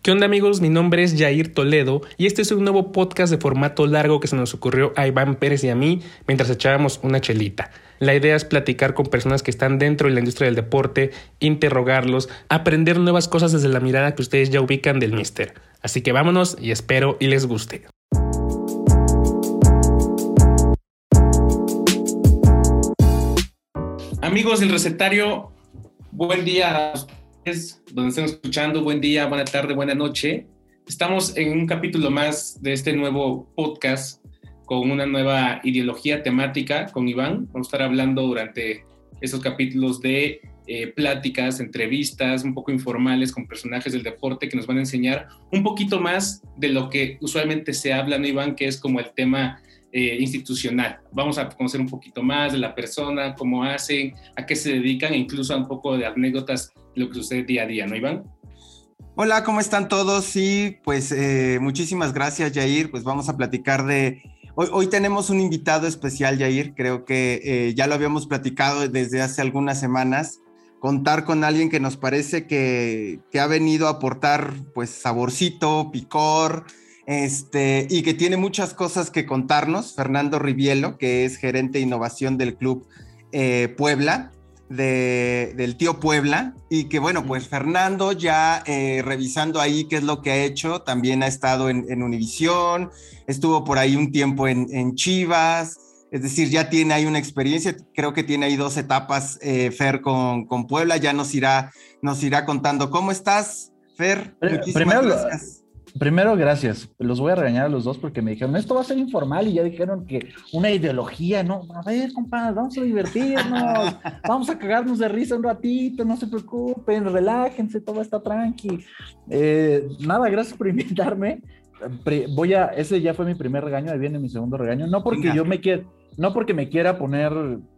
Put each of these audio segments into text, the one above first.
¿Qué onda, amigos? Mi nombre es Jair Toledo y este es un nuevo podcast de formato largo que se nos ocurrió a Iván Pérez y a mí mientras echábamos una chelita. La idea es platicar con personas que están dentro de la industria del deporte, interrogarlos, aprender nuevas cosas desde la mirada que ustedes ya ubican del míster. Así que vámonos y espero y les guste. Amigos del recetario, buen día a ustedes, donde estén escuchando, buen día, buena tarde, buena noche. Estamos en un capítulo más de este nuevo podcast con una nueva ideología temática con Iván. Vamos a estar hablando durante estos capítulos de pláticas, entrevistas un poco informales con personajes del deporte que nos van a enseñar un poquito más de lo que usualmente se habla, ¿no, Iván? Que es como el tema institucional. Vamos a conocer un poquito más de la persona, cómo hacen, a qué se dedican e incluso a un poco de anécdotas de lo que sucede día a día, ¿no, Iván? Hola, ¿cómo están todos? Sí, pues muchísimas gracias, Jair. Pues vamos a platicar de... Hoy tenemos un invitado especial, Jair. Creo que ya lo habíamos platicado desde hace algunas semanas. Contar con alguien que nos parece que ha venido a aportar pues saborcito, picor, y que tiene muchas cosas que contarnos. Fernando Rivielo, que es gerente de innovación del club Puebla. Del tío Puebla, y que bueno, pues Fernando ya revisando ahí qué es lo que ha hecho, también ha estado en Univisión, estuvo por ahí un tiempo en Chivas, es decir, ya tiene ahí una experiencia, creo que tiene ahí 2 etapas, Fer, con Puebla, ya nos irá contando. ¿Cómo estás, Fer? Muchísimas gracias. Primero, gracias. Los voy a regañar a los dos porque me dijeron, esto va a ser informal, y ya dijeron que una ideología, ¿no? A ver, compadre, vamos a divertirnos, vamos a cagarnos de risa un ratito, no se preocupen, relájense, todo está tranqui. Nada, gracias por invitarme. Ese ya fue mi primer regaño, ahí viene mi segundo regaño. No porque no porque me quiera poner,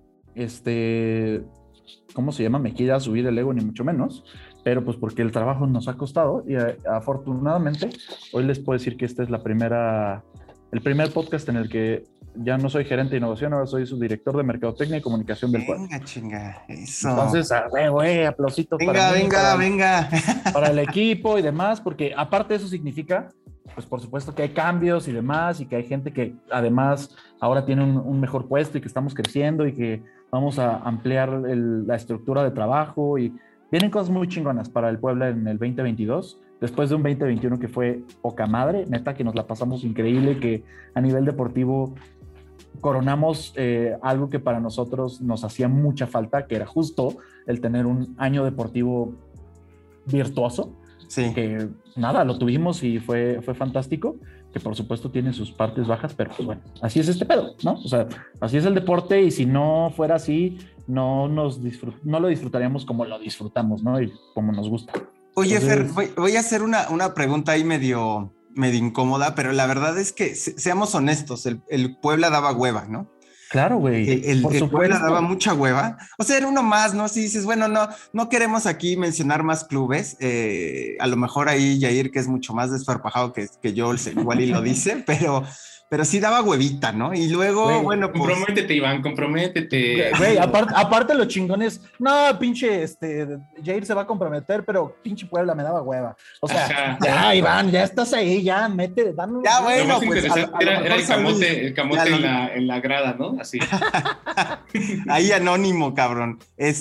¿cómo se llama? Me quiera subir el ego, ni mucho menos, pero pues porque el trabajo nos ha costado y afortunadamente hoy les puedo decir que este es el primer podcast en el que ya no soy gerente de innovación, ahora soy su director de mercadotecnia y comunicación del Puebla. Venga, chinga, eso. Entonces, aplausitos venga, para mí, venga. para el equipo y demás, porque aparte eso significa, pues por supuesto que hay cambios y demás, y que hay gente que además ahora tiene un mejor puesto y que estamos creciendo y que vamos a ampliar la estructura de trabajo y vienen cosas muy chingonas para el Puebla en el 2022, después de un 2021 que fue poca madre, neta que nos la pasamos increíble, que a nivel deportivo coronamos algo que para nosotros nos hacía mucha falta, que era justo el tener un año deportivo virtuoso. Sí. Que nada, lo tuvimos y fue fantástico, que por supuesto tiene sus partes bajas, pero pues bueno, así es este pedo, ¿no? O sea, así es el deporte y si no fuera así, no lo disfrutaríamos como lo disfrutamos, ¿no? Y como nos gusta. Oye, entonces, Fer, voy a hacer una pregunta ahí medio incómoda, pero la verdad es que, seamos honestos, el Puebla daba hueva, ¿no? Claro, güey. El Puebla daba mucha hueva. O sea, era uno más, ¿no? Si dices, bueno, no queremos aquí mencionar más clubes. A lo mejor ahí Jair, que es mucho más desparpajado que yo, igual y lo dice, pero sí daba huevita, ¿no? Y luego, güey, bueno, pues... Comprométete, Iván, comprométete. Güey, aparte los chingones, no, pinche, Jair se va a comprometer, pero pinche Puebla me daba hueva. O sea, ajá, ya, Iván, ya estás ahí, ya, danos. Ya, bueno, pues era el camote en la grada, ¿no? Así. Ahí anónimo, cabrón.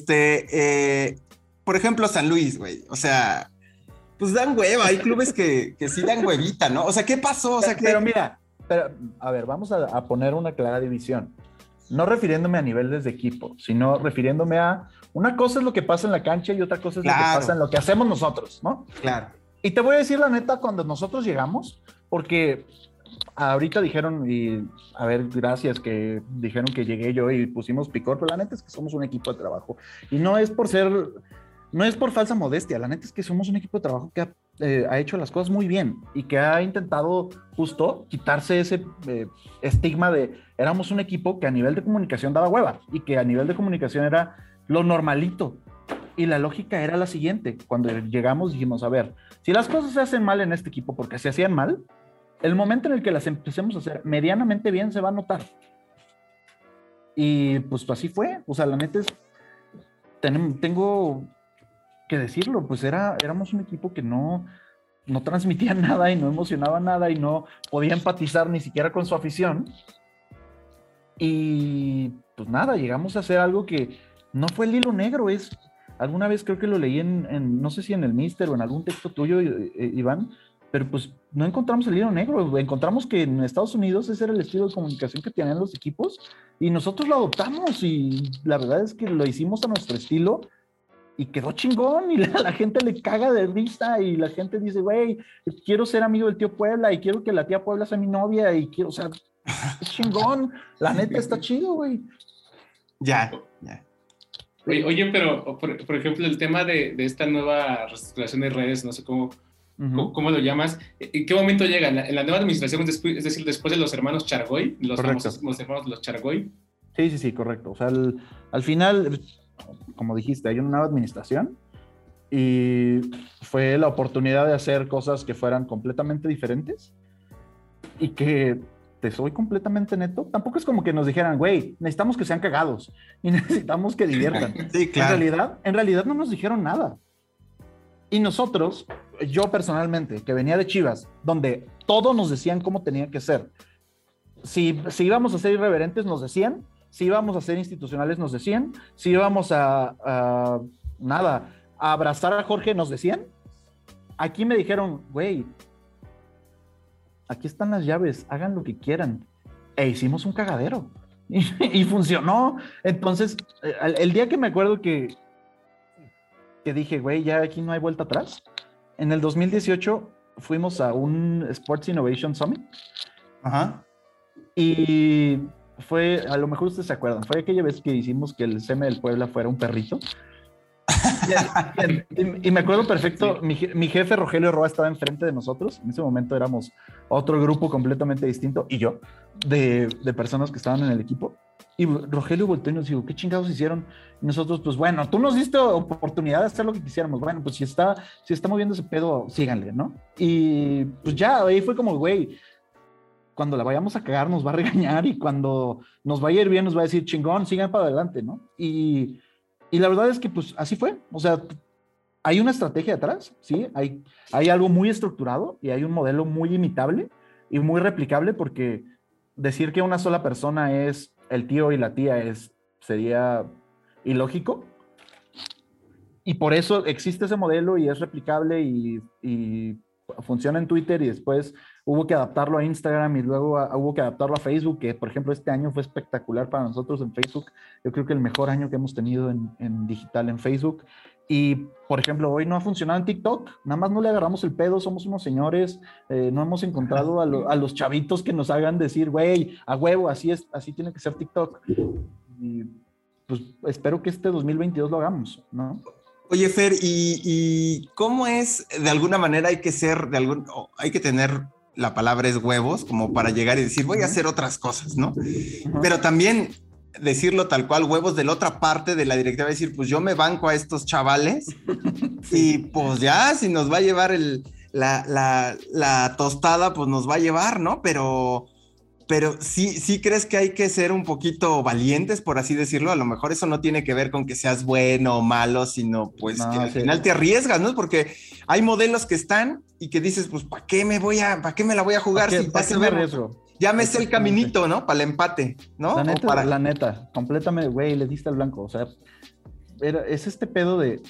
Por ejemplo, San Luis, güey, o sea, pues dan hueva, hay clubes que sí dan huevita, ¿no? O sea, ¿qué pasó? O sea, pero mira, a ver, vamos a poner una clara división. No refiriéndome a niveles de equipo, sino refiriéndome a una cosa es lo que pasa en la cancha y otra cosa es lo que pasa en lo que hacemos nosotros, ¿no? Claro. Y te voy a decir la neta, cuando nosotros llegamos, porque ahorita dijeron, y a ver, gracias que dijeron que llegué yo y pusimos picor, pero la neta es que somos un equipo de trabajo. Y no es por falsa modestia, la neta es que somos un equipo de trabajo que ha hecho las cosas muy bien y que ha intentado justo quitarse ese estigma de éramos un equipo que a nivel de comunicación daba hueva y que a nivel de comunicación era lo normalito. Y la lógica era la siguiente, cuando llegamos dijimos, a ver, si las cosas se hacen mal en este equipo porque se hacían mal, el momento en el que las empecemos a hacer medianamente bien se va a notar. Y pues así fue, o sea, la neta es, tengo que decirlo, pues éramos un equipo que no no transmitía nada y no emocionaba nada y no podía empatizar ni siquiera con su afición. Y pues nada, llegamos a hacer algo que no fue el hilo negro, alguna vez creo que lo leí no sé si en el Mister o en algún texto tuyo, Iván, pero pues no encontramos el hilo negro, encontramos que en Estados Unidos ese era el estilo de comunicación que tenían los equipos y nosotros lo adoptamos y la verdad es que lo hicimos a nuestro estilo y quedó chingón y la gente le caga de risa y la gente dice, güey, quiero ser amigo del tío Puebla y quiero que la tía Puebla sea mi novia y quiero, o sea, es chingón, la neta está chido, güey. Ya. Oye, pero por ejemplo, el tema de esta nueva reestructuración de redes, no sé cómo lo llamas, ¿en qué momento llega? ¿En la nueva administración, es decir, después de los hermanos Chargoy, los hermanos los Chargoy? Sí, correcto. O sea, al final, como dijiste, hay una nueva administración y fue la oportunidad de hacer cosas que fueran completamente diferentes y que, te soy completamente neto, tampoco es como que nos dijeran, güey, necesitamos que sean cagados y necesitamos que diviertan. Sí, claro. En realidad no nos dijeron nada. Y nosotros, yo personalmente, que venía de Chivas, donde todos nos decían cómo tenía que ser. Si íbamos a ser irreverentes, nos decían. Si íbamos a ser institucionales, nos decían. Si íbamos a abrazar a Jorge, nos decían. Aquí me dijeron, güey, aquí están las llaves, hagan lo que quieran. E hicimos un cagadero. Y funcionó. Entonces, el día que me acuerdo que dije, güey, ya aquí no hay vuelta atrás. En el 2018 fuimos a un Sports Innovation Summit. Ajá. Y fue, a lo mejor ustedes se acuerdan, fue aquella vez que hicimos que el CM del Puebla fuera un perrito. Y me acuerdo perfecto, sí. Mi jefe Rogelio Roa estaba enfrente de nosotros. En ese momento éramos otro grupo completamente distinto, y yo, de personas que estaban en el equipo. Y Rogelio volteó y nos dijo, ¿qué chingados hicieron? Y nosotros, pues bueno, tú nos diste oportunidad de hacer lo que quisiéramos. Bueno, pues si está moviendo ese pedo, síganle, ¿no? Y pues ya, ahí fue como, güey, cuando la vayamos a cagar nos va a regañar y cuando nos vaya a ir bien nos va a decir, chingón, sigan para adelante, ¿no? Y la verdad es que pues así fue. O sea, hay una estrategia detrás, ¿sí? Hay algo muy estructurado y hay un modelo muy imitable y muy replicable, porque decir que una sola persona es el tío y la tía sería ilógico. Y por eso existe ese modelo y es replicable y funciona en Twitter, y después hubo que adaptarlo a Instagram y luego hubo que adaptarlo a Facebook, que por ejemplo este año fue espectacular para nosotros en Facebook. Yo creo que el mejor año que hemos tenido en digital en Facebook. Y por ejemplo hoy no ha funcionado en TikTok, nada más no le agarramos el pedo, somos unos señores, no hemos encontrado a los chavitos que nos hagan decir, güey, a huevo, así tiene que ser TikTok. Y pues espero que este 2022 lo hagamos, ¿no? Oye, Fer, ¿y cómo es? De alguna manera hay que tener, la palabra es huevos, como para llegar y decir, voy a hacer otras cosas, ¿no? Pero también decirlo tal cual, huevos de la otra parte de la directiva, decir, pues yo me banco a estos chavales y pues ya, si nos va a llevar la tostada, pues nos va a llevar, ¿no? Pero sí crees que hay que ser un poquito valientes, por así decirlo. A lo mejor eso no tiene que ver con que seas bueno o malo, sino pues que al final te arriesgas, ¿no? Porque hay modelos que están y que dices, pues ¿para qué me la voy a jugar? ¿Para qué me arriesgo? Ya me sé el caminito, ¿no? Para el empate, ¿no? La neta, completamente, güey, le diste al blanco. O sea, es este pedo de,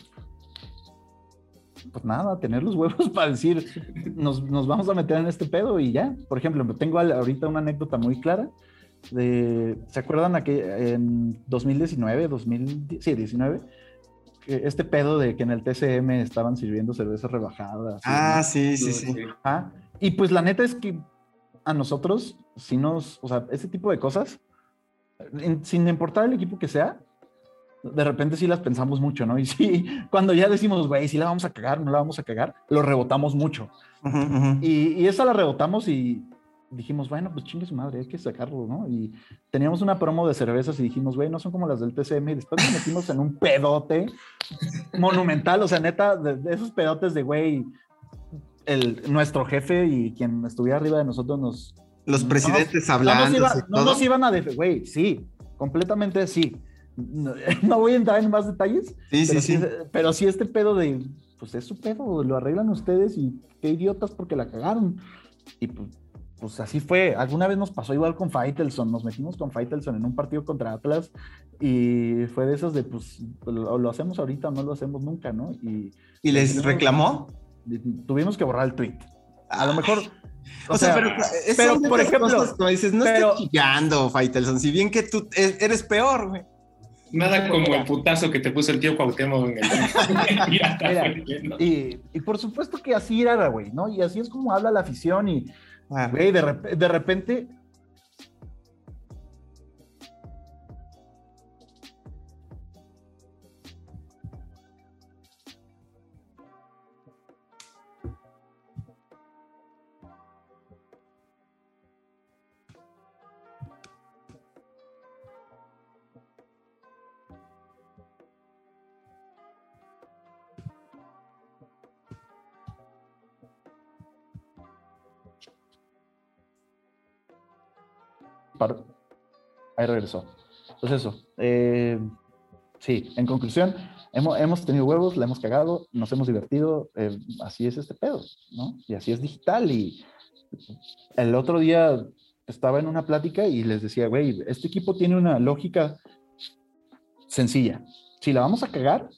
pues nada, tener los huevos para decir, nos vamos a meter en este pedo y ya. Por ejemplo, tengo ahorita una anécdota muy clara ¿se acuerdan que en 2019, 19, este pedo de que en el TCM estaban sirviendo cervezas rebajadas? Ah, ¿no? Sí. Y pues la neta es que a nosotros, o sea, ese tipo de cosas, sin importar el equipo que sea, de repente sí las pensamos mucho, ¿no? Y sí, cuando ya decimos, güey, sí la vamos a cagar, no la vamos a cagar, lo rebotamos mucho. Uh-huh. Y esa la rebotamos y dijimos, bueno, pues chingue su madre, hay que sacarlo, ¿no? Y teníamos una promo de cervezas y dijimos, güey, no son como las del TCM, y después nos metimos en un pedote monumental, o sea, neta, de esos pedotes de, güey, nuestro jefe y quien estuviera arriba de nosotros los presidentes hablando. No nos iban a defender, güey, sí, completamente sí. No voy a entrar en más detalles, pero sí este pedo de pues es su pedo, lo arreglan ustedes y qué idiotas porque la cagaron. Y pues así fue. Alguna vez nos pasó igual con Faitelson, nos metimos con Faitelson en un partido contra Atlas y fue de esos de, pues, lo hacemos ahorita o no lo hacemos nunca, ¿no? ¿Y les reclamó? Tuvimos que borrar el tweet. A lo mejor... O sea, pero por ejemplo, como dices, no estés chillando, Faitelson, si bien que tú eres peor, güey. Nada como el putazo que te puso el tío Cuauhtémoc en el... Mira, y por supuesto que así era, güey, ¿no? Y así es como habla la afición y, güey, de repente... Ahí regresó. Pues eso. Sí, en conclusión, hemos tenido huevos, la hemos cagado, nos hemos divertido. Así es este pedo, ¿no? Y así es digital. Y el otro día estaba en una plática y les decía, güey, este equipo tiene una lógica sencilla. Si la vamos a cagar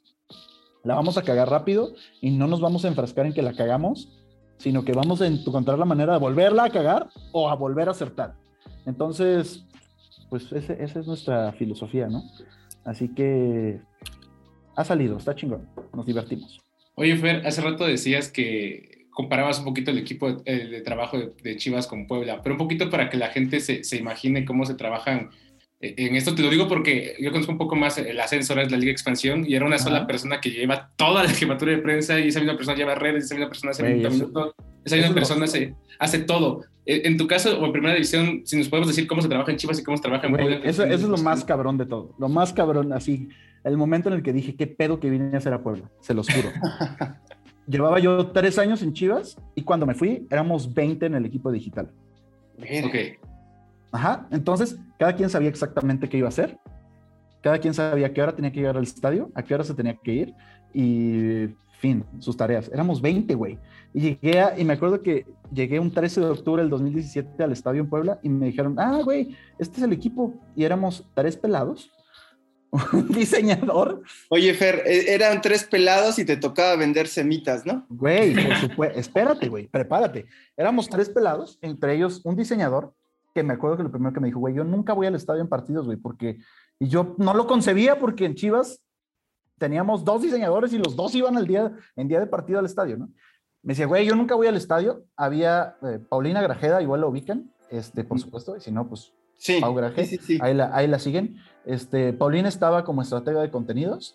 rápido y no nos vamos a enfrascar en que la cagamos, sino que vamos a encontrar la manera de volverla a cagar o a volver a acertar. Entonces, pues esa es nuestra filosofía, ¿no? Así que ha salido, está chingón, nos divertimos. Oye, Fer, hace rato decías que comparabas un poquito el equipo de trabajo de Chivas con Puebla, pero un poquito para que la gente se imagine cómo se trabajan. En esto te lo digo porque yo conozco un poco más el ascenso, ahora es la Liga Expansión, y era una sola persona que lleva toda la jefatura de prensa, y esa misma persona lleva redes, esa misma persona hace 90 minutos, esa misma persona hace todo. En tu caso, o en primera división, si nos podemos decir cómo se trabaja en Chivas y cómo se trabaja en Puebla. Eso es lo más cabrón de todo. Lo más cabrón, así, el momento en el que dije, ¿qué pedo que vine a hacer a Puebla? Se los juro. Llevaba yo 3 años en Chivas y cuando me fui, éramos 20 en el equipo digital. Ok. Ajá, entonces, cada quien sabía exactamente qué iba a hacer. Cada quien sabía a qué hora tenía que llegar al estadio, a qué hora se tenía que ir y fin, sus tareas. Éramos 20, güey. Y me acuerdo que llegué un 13 de octubre del 2017 al estadio en Puebla y me dijeron, güey, este es el equipo. Y éramos 3 pelados, un diseñador. Oye, Fer, eran 3 pelados y te tocaba vender semitas, ¿no? Güey, por supuesto, espérate, güey, prepárate. Éramos 3 pelados, entre ellos un diseñador, que me acuerdo que lo primero que me dijo, güey, yo nunca voy al estadio en partidos, güey, porque... Y yo no lo concebía porque en Chivas teníamos 2 diseñadores y los 2 iban en día de partido al estadio, ¿no? Me decía, güey, yo nunca voy al estadio. Había Paulina Grajeda, igual la ubican, por supuesto, y si no, pues sí, Pau Grajeda, sí. Ahí la siguen. Paulina estaba como estratega de contenidos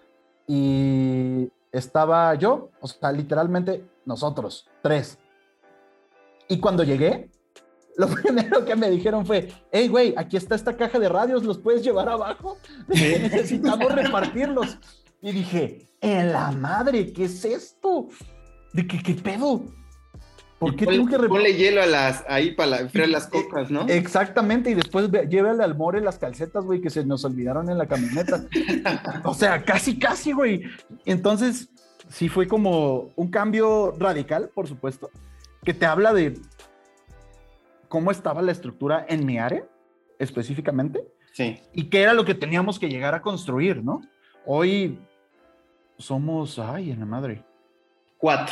y estaba yo, o sea, literalmente nosotros, 3. Y cuando llegué, lo primero que me dijeron fue, hey, güey, aquí está esta caja de radios, ¿los puedes llevar abajo? Necesitamos repartirlos. Y dije, en la madre, ¿qué es esto? ¿De qué pedo? ¿Por qué tengo que ponle hielo ahí para enfriar las cocas, ¿no? Exactamente, y después llévale al More las calcetas, güey, que se nos olvidaron en la camioneta. O sea, casi, güey. Entonces, sí fue como un cambio radical, por supuesto, que te habla de cómo estaba la estructura en mi área, específicamente, sí, y qué era lo que teníamos que llegar a construir, ¿no? Hoy somos, en la madre, 4.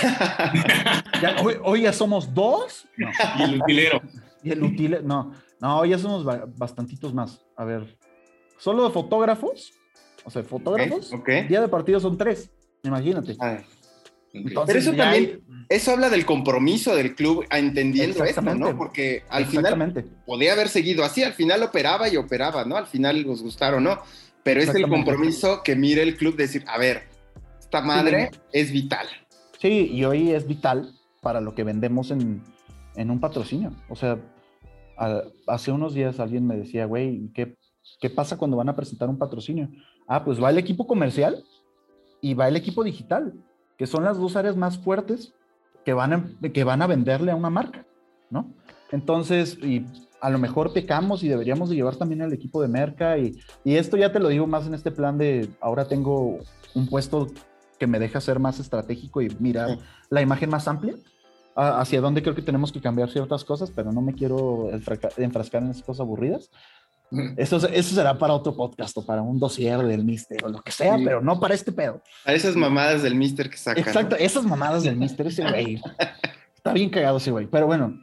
Hoy ya somos 2. No. Y el utilero. Y el utilero, no, hoy ya somos bastantitos más. A ver, solo de fotógrafos, okay. Día de partido son 3, imagínate. Entonces, pero eso también, eso habla del compromiso del club entendiendo esto, ¿no? Porque al final podía haber seguido así, al final operaba, ¿no? Al final les gustara o no, pero es el compromiso que mire el club de decir, a ver, esta madre es vital. Sí, y hoy es vital para lo que vendemos en un patrocinio. O sea, hace unos días alguien me decía, güey, ¿qué pasa cuando van a presentar un patrocinio? Pues va el equipo comercial y va el equipo digital, que son las 2 áreas más fuertes que van a venderle a una marca, ¿no? Entonces, y a lo mejor pecamos y deberíamos de llevar también al equipo de merca y esto ya te lo digo más en este plan de ahora tengo un puesto que me deja ser más estratégico y mirar la imagen más amplia, hacia dónde creo que tenemos que cambiar ciertas cosas, pero no me quiero enfrascar en esas cosas aburridas. Eso será para otro podcast o para un dossier del Mister o lo que sea, pero no para este pedo. A esas mamadas del Mister que sacan. Exacto, ¿no? Esas mamadas del Mister, ese güey. Está bien cagado ese güey. Pero bueno,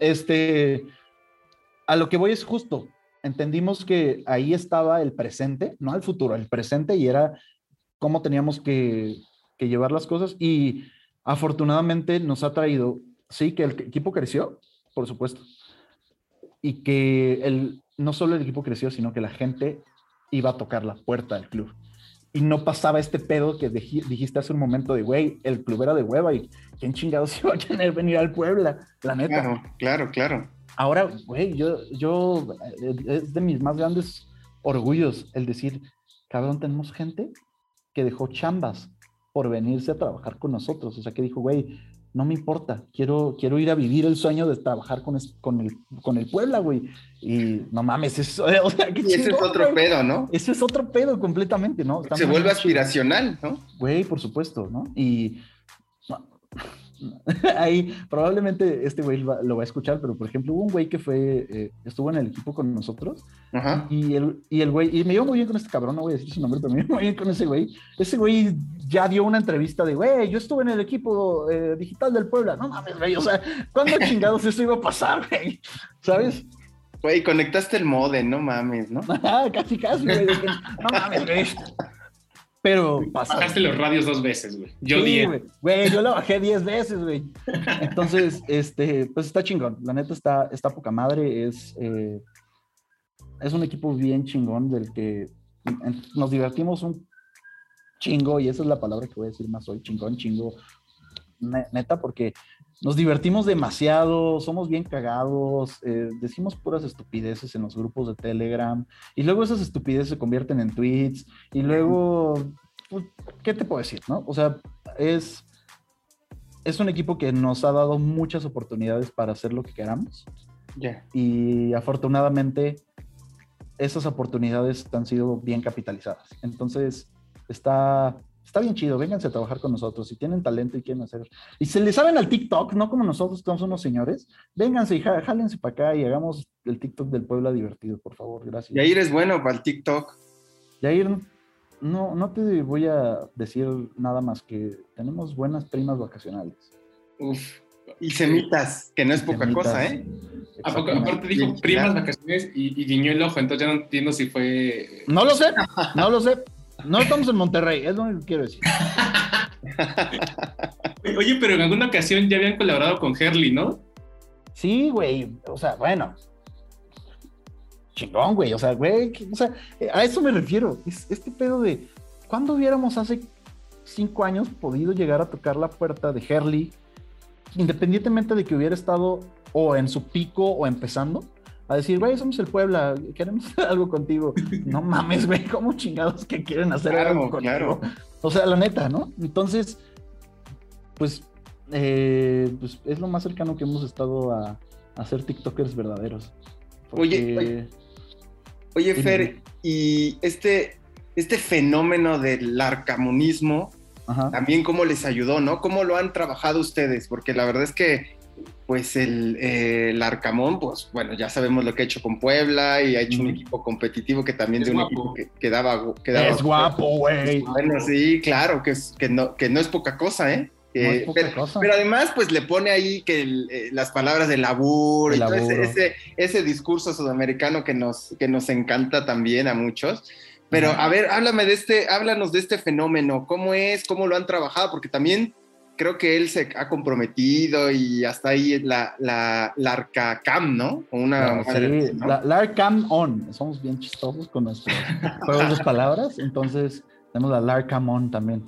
a lo que voy es justo. Entendimos que ahí estaba el presente, no el futuro, el presente, y era cómo teníamos que llevar las cosas. Y afortunadamente nos ha traído, sí, que el equipo creció, por supuesto, y que no solo el equipo creció, sino que la gente iba a tocar la puerta del club. Y no pasaba este pedo que dijiste hace un momento de, güey, el club era de hueva y ¿quién chingados iba a querer venir al Puebla? La neta. Claro. Ahora, güey, yo es de mis más grandes orgullos el decir, cabrón, tenemos gente que dejó chambas por venirse a trabajar con nosotros. O sea, que dijo, güey, no me importa, quiero ir a vivir el sueño de trabajar con el Puebla, güey. Y no mames, o sea, qué chingón, ese es otro güey. pedo, ¿no? Eso es otro pedo completamente, ¿no? Se vuelve aspiracional, ¿no? Güey, por supuesto, ¿no? Y ahí probablemente este güey lo va a escuchar, pero por ejemplo hubo un güey que estuvo en el equipo con nosotros. Ajá. Y el güey, y me llevo muy bien con este cabrón, no voy a decir su nombre, pero me llevo muy bien con ese güey. Ese güey ya dio una entrevista de, güey, yo estuve en el equipo digital del Puebla. No mames, güey, o sea, ¿cuándo chingados eso iba a pasar, güey? ¿Sabes? Güey, conectaste el modem, no mames, ¿no? Casi, güey. No mames, güey. Pero bajaste los radios 2 veces, güey. Yo 10. Güey, yo lo bajé 10 veces, güey. Entonces, pues está chingón. La neta está poca madre. Es un equipo bien chingón del que nos divertimos un chingo, y esa es la palabra que voy a decir más hoy, chingón, chingo, neta, porque nos divertimos demasiado, somos bien cagados, decimos puras estupideces en los grupos de Telegram, y luego esas estupideces se convierten en tweets, y luego, pues, ¿qué te puedo decir, no? O sea, es un equipo que nos ha dado muchas oportunidades para hacer lo que queramos, y afortunadamente esas oportunidades han sido bien capitalizadas. Entonces, está bien chido, vénganse a trabajar con nosotros. Si tienen talento y quieren hacer, y se le saben al TikTok, no como nosotros, que somos unos señores, vénganse y jálense para acá y hagamos el TikTok del Puebla divertido, por favor, gracias. Yair es bueno para el TikTok. Yair, no te voy a decir nada más que tenemos buenas primas vacacionales. Uf, y semitas, que no es poca cosa, ¿eh? Aparte dijo primas vacaciones y guiñó el ojo, entonces ya no entiendo si fue... No lo sé. No estamos en Monterrey, es lo que quiero decir. Oye, pero en alguna ocasión ya habían colaborado con Herli, ¿no? Sí, güey, o sea, bueno. Chingón, güey, o sea, güey, a eso me refiero. Es este pedo de, ¿cuándo hubiéramos hace 5 años podido llegar a tocar la puerta de Herli, independientemente de que hubiera estado o en su pico o empezando? A decir, güey, somos el Puebla, queremos hacer algo contigo. No mames, güey, ¿cómo chingados que quieren hacer algo contigo? Claro. O sea, la neta, ¿no? Entonces, pues es lo más cercano que hemos estado a ser TikTokers verdaderos. Porque... Oye, Fer, y este fenómeno del arcamonismo, también cómo les ayudó, ¿no? ¿Cómo lo han trabajado ustedes? Porque la verdad es que pues el Arcamón, pues bueno, ya sabemos lo que ha hecho con Puebla y ha hecho un equipo competitivo que también es de un equipo que daba es guapo, güey. Bueno, sí, claro, que no es poca cosa, ¿eh? No es poca cosa. Pero además, pues le pone ahí que las palabras de laburo y todo ese discurso sudamericano que nos encanta también a muchos. Pero a ver, háblanos de este fenómeno, ¿cómo lo han trabajado? Porque también creo que él se ha comprometido y hasta ahí la Arcacam, ¿no? Sí, ¿no? La Arcam On. Somos bien chistosos con nuestros juegos de palabras, entonces tenemos la Arcam On también.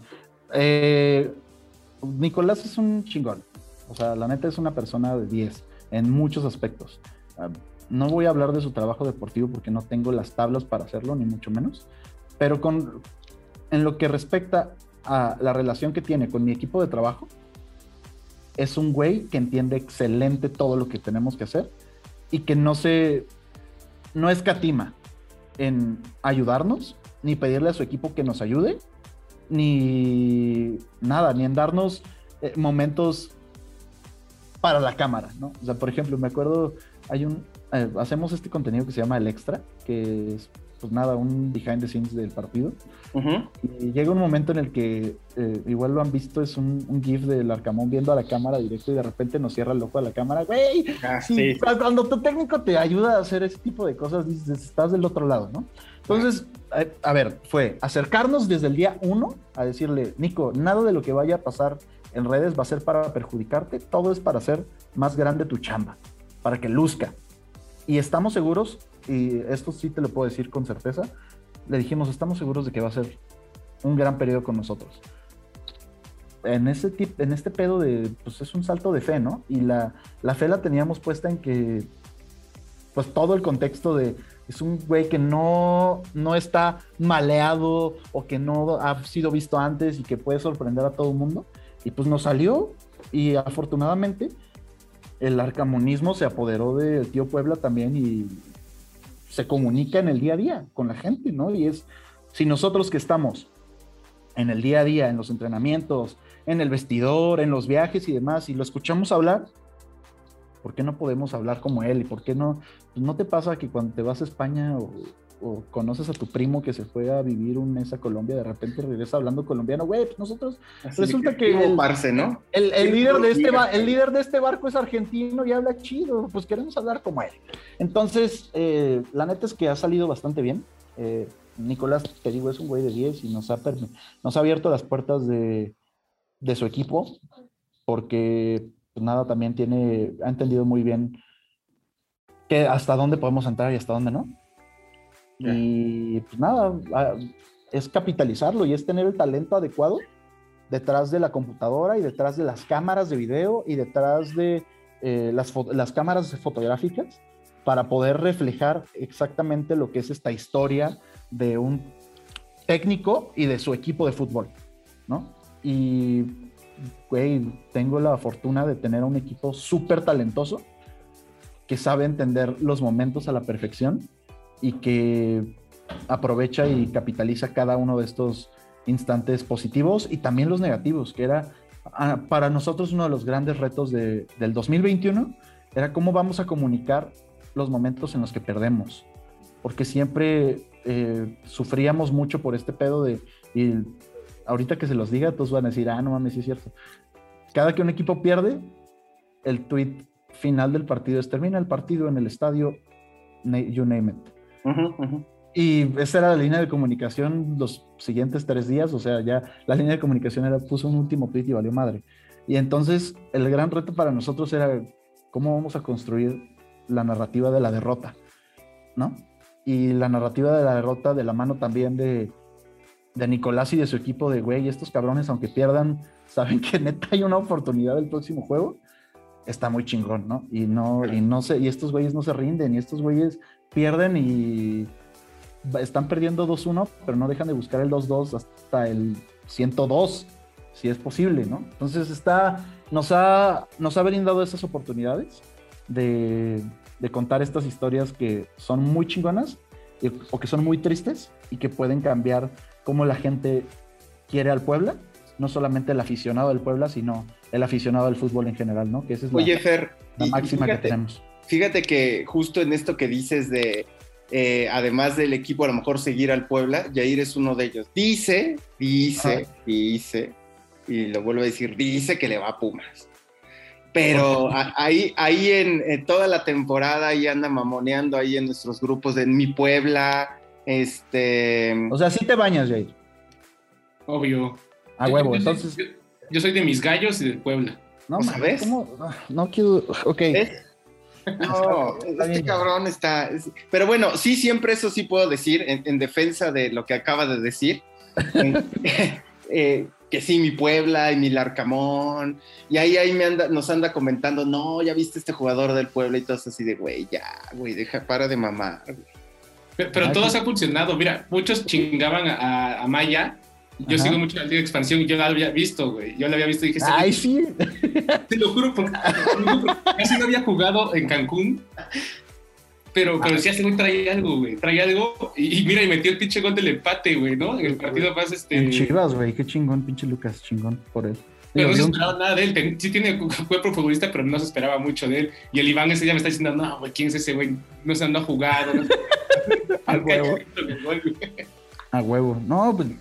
Nicolás es un chingón. O sea, la neta es una persona de 10 en muchos aspectos. No voy a hablar de su trabajo deportivo porque no tengo las tablas para hacerlo, ni mucho menos. Pero en lo que respecta a la relación que tiene con mi equipo de trabajo, es un güey que entiende excelente todo lo que tenemos que hacer y que no escatima en ayudarnos ni pedirle a su equipo que nos ayude ni nada, ni en darnos momentos para la cámara, ¿no? O sea, por ejemplo, me acuerdo, hacemos este contenido que se llama El Extra, que es, pues nada, un behind the scenes del partido. Uh-huh. Y llega un momento en el que, igual lo han visto, es un GIF del Arcamón viendo a la cámara directo y de repente nos cierra el ojo a la cámara. Güey, sí. Cuando tu técnico te ayuda a hacer ese tipo de cosas, dices, estás del otro lado, ¿no? Entonces, a ver, fue acercarnos desde el día 1 a decirle, Nico, nada de lo que vaya a pasar en redes va a ser para perjudicarte, todo es para hacer más grande tu chamba, para que luzca. Y estamos seguros, y esto sí te lo puedo decir con certeza, le dijimos, estamos seguros de que va a ser un gran periodo con nosotros. En este pedo de, pues es un salto de fe, ¿no? Y la fe la teníamos puesta en que, pues todo el contexto de, es un güey que no está maleado o que no ha sido visto antes y que puede sorprender a todo el mundo. Y pues nos salió, y afortunadamente el arcamonismo se apoderó del tío Puebla también y se comunica en el día a día con la gente, ¿no? Y es, si nosotros que estamos en el día a día, en los entrenamientos, en el vestidor, en los viajes y demás, y lo escuchamos hablar, ¿por qué no podemos hablar como él? ¿Y por qué no? Pues ¿no te pasa que cuando te vas a España o conoces a tu primo que se fue a vivir un mes a Colombia, de repente regresa hablando colombiano? Güey, pues nosotros, así resulta que ¿no? el líder de este barco es argentino y habla chido, pues queremos hablar como él. Entonces, la neta es que ha salido bastante bien. Nicolás, te digo, es un güey de 10 y nos ha abierto las puertas de su equipo, porque pues nada, también ha entendido muy bien que hasta dónde podemos entrar y hasta dónde no. Yeah. Y pues nada, es capitalizarlo y es tener el talento adecuado detrás de la computadora y detrás de las cámaras de video y detrás de las cámaras fotográficas para poder reflejar exactamente lo que es esta historia de un técnico y de su equipo de fútbol, ¿no? Y, güey, tengo la fortuna de tener un equipo súper talentoso que sabe entender los momentos a la perfección y que aprovecha y capitaliza cada uno de estos instantes positivos y también los negativos, que era para nosotros uno de los grandes retos del 2021, era cómo vamos a comunicar los momentos en los que perdemos, porque siempre sufríamos mucho por este pedo y ahorita que se los diga, todos van a decir, no mames, sí es cierto. Cada que un equipo pierde, el tweet final del partido es: termina el partido en el estadio, you name it. Uh-huh, uh-huh. Y esa era la línea de comunicación los siguientes 3 días, o sea, ya la línea de comunicación puso un último tweet y valió madre. Y entonces el gran reto para nosotros era cómo vamos a construir la narrativa de la derrota, ¿no? Y la narrativa de la derrota de la mano también de Nicolás y de su equipo, de güey, estos cabrones, aunque pierdan, saben que neta hay una oportunidad del próximo juego. Está muy chingón, ¿no? Y estos güeyes no se rinden, y estos güeyes pierden y están perdiendo 2-1, pero no dejan de buscar el 2-2 hasta el 102, si es posible, ¿no? Entonces nos ha brindado esas oportunidades de contar estas historias que son muy chingonas o que son muy tristes y que pueden cambiar cómo la gente quiere al Puebla, no solamente el aficionado del Puebla, sino el aficionado del fútbol en general, ¿no? Que esa es la máxima que tenemos. Fíjate que justo en esto que dices de además del equipo a lo mejor seguir al Puebla, Jair es uno de ellos. Dice, y lo vuelvo a decir, dice que le va a Pumas. Pero ahí en toda la temporada ahí anda mamoneando ahí en nuestros grupos de mi Puebla. O sea, sí te bañas, Jair. Obvio. A huevo, entonces. Yo soy de mis gallos y de Puebla. No, ¿sabes? ¿Cómo? No quiero. Ok. No, cabrón está. Pero bueno, sí, siempre eso sí puedo decir en defensa de lo que acaba de decir. Que sí, mi Puebla y mi Larcamón. Y ahí nos anda comentando, no, ya viste este jugador del Puebla y todo eso así de, güey, para de mamar. Pero todo se ha funcionado. Mira, muchos chingaban a Maya. Yo sigo mucho la Liga de Expansión y yo la había visto, güey. Yo la había visto y dije... ¡Ay, sí! Te lo juro, porque casi no había jugado en Cancún. pero sí, ese güey trae algo, güey. Trae algo. Y mira, y metió el pinche gol del empate, güey, ¿no? En el partido más En Chivas, güey. Qué chingón, pinche Lucas. Chingón por él. Pero no se esperaba nada de él. Sí tiene cuerpo futbolista, pero no se esperaba mucho de él. Y el Iván ese ya me está diciendo, no, güey, ¿quién es ese güey? No se no ha jugado. No sé. A huevo. A huevo. No, pues...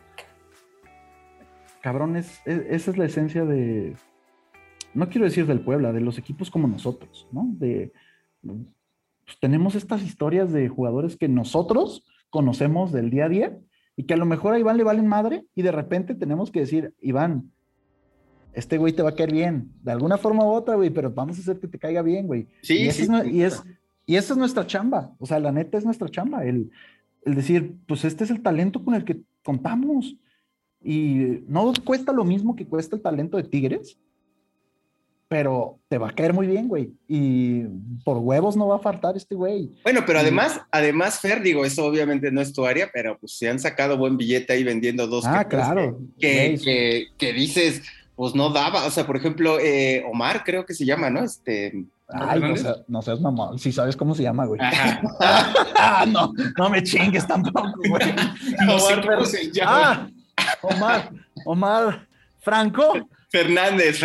Cabrón, esa es la esencia de... No quiero decir del Puebla, de los equipos como nosotros, ¿no? Pues tenemos estas historias de jugadores que nosotros conocemos del día a día y que a lo mejor a Iván le valen madre y de repente tenemos que decir, Iván, este güey te va a caer bien, de alguna forma u otra, güey, pero vamos a hacer que te caiga bien, güey. Sí, y esa es nuestra chamba, o sea, la neta es nuestra chamba, el decir, pues este es el talento con el que contamos y no cuesta lo mismo que cuesta el talento de Tigres, pero te va a caer muy bien, güey, y por huevos no va a faltar este güey. Bueno, pero además, Fer, digo, eso obviamente no es tu área, pero pues se han sacado buen billete ahí vendiendo dos claro, que dices, pues no daba, o sea, por ejemplo, Omar, creo que se llama, ¿no? Ay, no seas mamón, si sabes cómo se llama, güey. No me chingues tampoco, güey. No sé cómo se llama. Omar Franco. Fernández.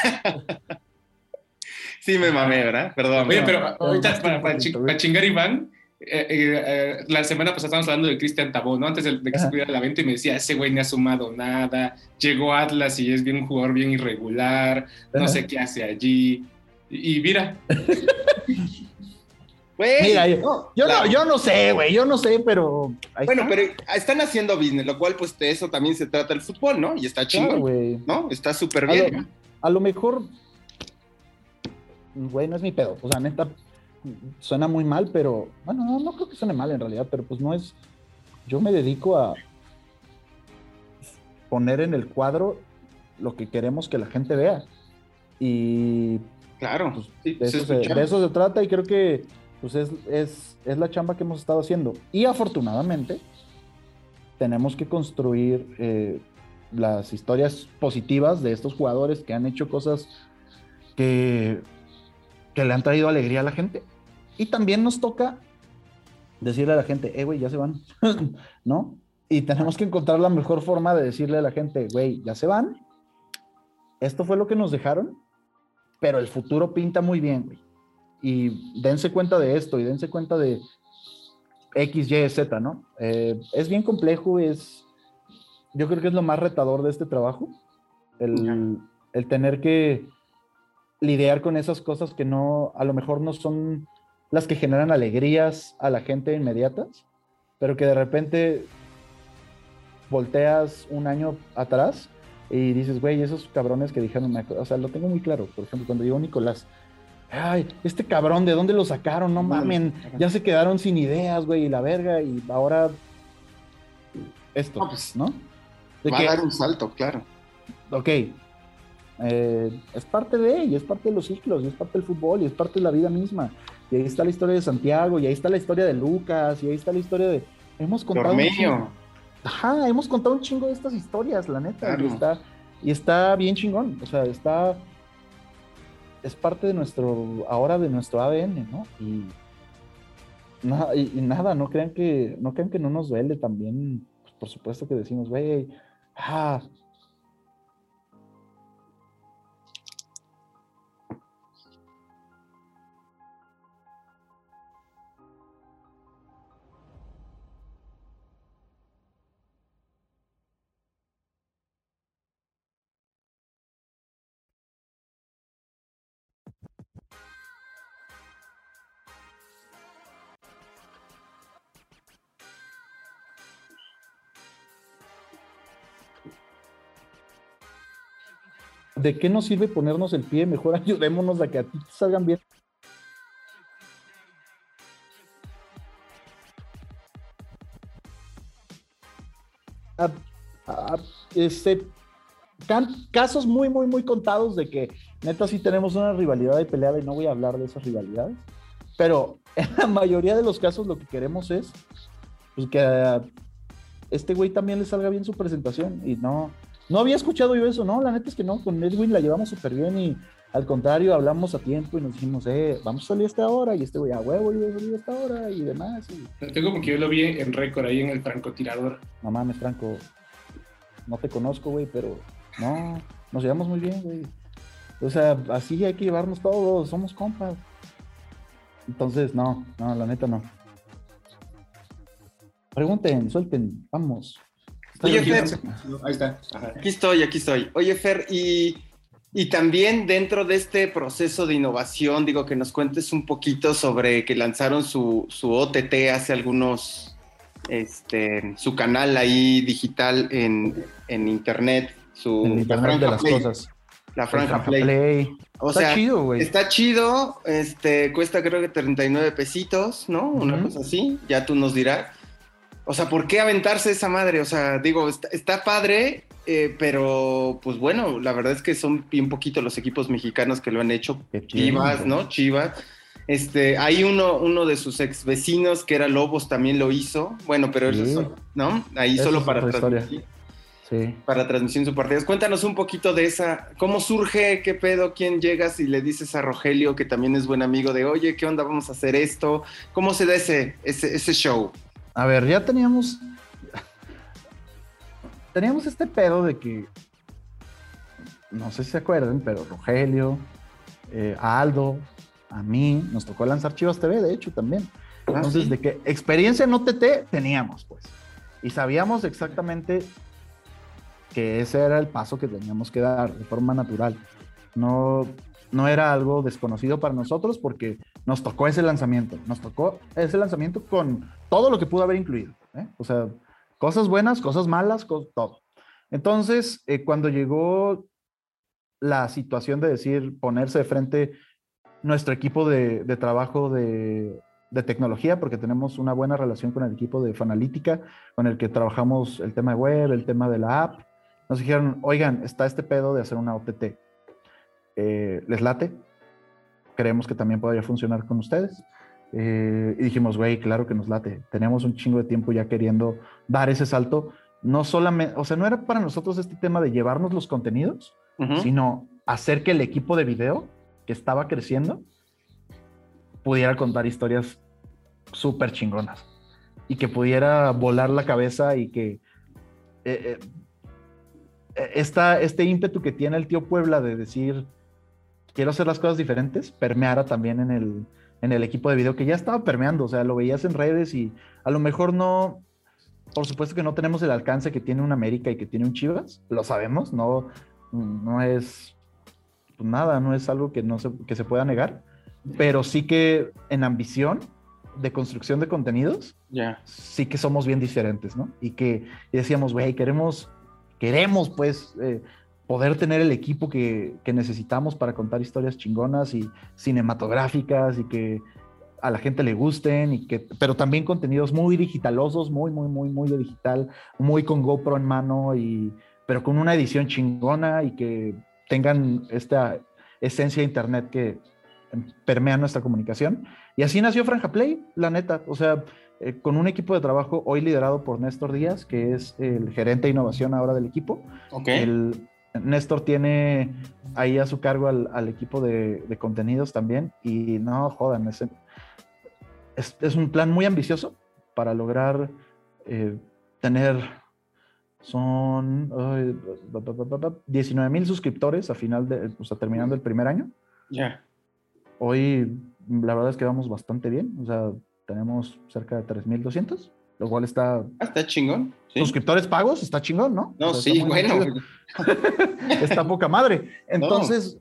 Sí me mamé, ¿verdad? Perdón. Oye, pero ahorita para chingar Iván, la semana pasada estábamos hablando de Cristian Tabó, ¿no? Antes de que se pudiera la venta y me decía, ese güey no ha sumado nada, llegó a Atlas y es bien un jugador bien irregular, no sé qué hace allí. Y mira. Güey, mira, yo no sé, güey, pero... Bueno, pero están haciendo business, lo cual pues de eso también se trata el fútbol, ¿no? Y está chingón, güey, ¿no? Está súper bien. A lo mejor, güey, no es mi pedo, o sea, neta, suena muy mal, pero... Bueno, no creo que suene mal en realidad, pero pues no es... Yo me dedico a poner en el cuadro lo que queremos que la gente vea. Y... Claro, pues, sí, de eso se trata y creo que pues es la chamba que hemos estado haciendo. Y afortunadamente tenemos que construir las historias positivas de estos jugadores que han hecho cosas que le han traído alegría a la gente. Y también nos toca decirle a la gente, güey, ya se van, ¿no? Y tenemos que encontrar la mejor forma de decirle a la gente, güey, ya se van, esto fue lo que nos dejaron, pero el futuro pinta muy bien, güey. Y dense cuenta de esto, y dense cuenta de X, Y, Z, ¿no? Es bien complejo, yo creo que es lo más retador de este trabajo, el tener que lidiar con esas cosas que a lo mejor no son las que generan alegrías a la gente inmediatas, pero que de repente volteas un año atrás y dices, güey, esos cabrones que dijeron, o sea, lo tengo muy claro. Por ejemplo, cuando llegó Nicolás, ay, este cabrón, ¿de dónde lo sacaron? No mamen, ya se quedaron sin ideas, güey, y la verga, y ahora esto, ¿no? Va a dar un salto, claro. Ok, es parte y es parte de los ciclos, y es parte del fútbol, y es parte de la vida misma. Y ahí está la historia de Santiago, y ahí está la historia de Lucas, y ahí está la historia de... Hemos contado hemos contado un chingo de estas historias, la neta, claro. y está bien chingón, o sea, es parte de nuestro ADN, ¿no? Y nada, no crean que no nos duele también, pues, por supuesto que decimos, güey, ¿de qué nos sirve ponernos el pie? Mejor ayudémonos a que a ti te salgan bien. Casos muy, muy, muy contados de que neta sí tenemos una rivalidad de peleada y no voy a hablar de esas rivalidades, pero en la mayoría de los casos lo que queremos es pues, que a este güey también le salga bien su presentación y no había escuchado yo eso, no, la neta es que no, con Edwin la llevamos súper bien Al contrario, hablamos a tiempo y nos dijimos, vamos a salir a esta hora, y este güey, a huevo, iba a salir a esta hora, y demás. Tengo como que yo lo vi en récord ahí en el francotirador. No mames, Franco, no te conozco, güey, pero no, nos llevamos muy bien, güey. O sea, así hay que llevarnos todos, somos compas. Entonces, no, la neta no. Pregunten, suelten, vamos. Oye, Fer, ahí está. Ajá. Aquí estoy. Oye, Fer, y también dentro de este proceso de innovación, digo, que nos cuentes un poquito sobre que lanzaron su OTT hace algunos, su canal ahí digital en internet, en internet de las Play, cosas. La Franja Play. O está sea, chido, güey. Está chido, cuesta creo que 39 pesitos, ¿no? Una cosa así, ya tú nos dirás. O sea, ¿por qué aventarse esa madre? O sea, digo, está padre, pero pues bueno, la verdad es que son bien poquitos los equipos mexicanos que lo han hecho. Chivas, ¿no? Chivas. Hay uno de sus ex vecinos que era Lobos, también lo hizo. Bueno, pero eso, ¿no? Ahí eso solo para transmitir. Sí. Para transmisión de su partido. Cuéntanos un poquito de esa, ¿cómo surge? ¿Qué pedo? ¿Quién llegas y le dices a Rogelio, que también es buen amigo, de oye, ¿qué onda? Vamos a hacer esto. ¿Cómo se da ese show? A ver, ya teníamos este pedo de que, no sé si se acuerdan, pero Rogelio, a Aldo, a mí, nos tocó lanzar Chivas TV, de hecho, también. Entonces, ¿sí? De que experiencia en OTT teníamos, pues. Y sabíamos exactamente que ese era el paso que teníamos que dar de forma natural. No era algo desconocido para nosotros porque nos tocó ese lanzamiento. Nos tocó ese lanzamiento con todo lo que pudo haber incluido, ¿eh? O sea, cosas buenas, cosas malas, todo. Entonces, cuando llegó la situación de decir, ponerse de frente nuestro equipo de trabajo de tecnología, porque tenemos una buena relación con el equipo de Fanalítica, con el que trabajamos el tema de web, el tema de la app, nos dijeron, oigan, está este pedo de hacer una OTT. ¿Les late? Creemos que también podría funcionar con ustedes. Y dijimos, güey, claro que nos late. Tenemos un chingo de tiempo ya queriendo dar ese salto. No solamente, o sea, no era para nosotros este tema de llevarnos los contenidos, sino hacer que el equipo de video que estaba creciendo pudiera contar historias súper chingonas y que pudiera volar la cabeza y que este ímpetu que tiene el tío Puebla de decir quiero hacer las cosas diferentes, permeara también en el equipo de video que ya estaba permeando, o sea, lo veías en redes y a lo mejor no, por supuesto que no tenemos el alcance que tiene un América y que tiene un Chivas, lo sabemos, no es pues nada, no es algo que se pueda negar, pero sí que en ambición de construcción de contenidos, sí que somos bien diferentes, ¿no? Y decíamos, güey, queremos pues poder tener el equipo que necesitamos para contar historias chingonas y cinematográficas y que a la gente le gusten, pero también contenidos muy digitalosos, muy, muy, muy, muy de digital, muy con GoPro en mano, pero con una edición chingona y que tengan esta esencia de internet que permea nuestra comunicación. Y así nació Franja Play, la neta. O sea, con un equipo de trabajo hoy liderado por Néstor Díaz, que es el gerente de innovación ahora del equipo. Okay. Néstor tiene ahí a su cargo al equipo de contenidos también. Y no jodan, es un plan muy ambicioso para lograr tener... Son 19,000 suscriptores a terminando el primer año. Hoy, la verdad es que vamos bastante bien. O sea, tenemos cerca de 3,200, lo cual está chingón. ¿Sí? Suscriptores pagos, está chingón, ¿no? No, o sea, sí, bueno. Está poca madre. Entonces,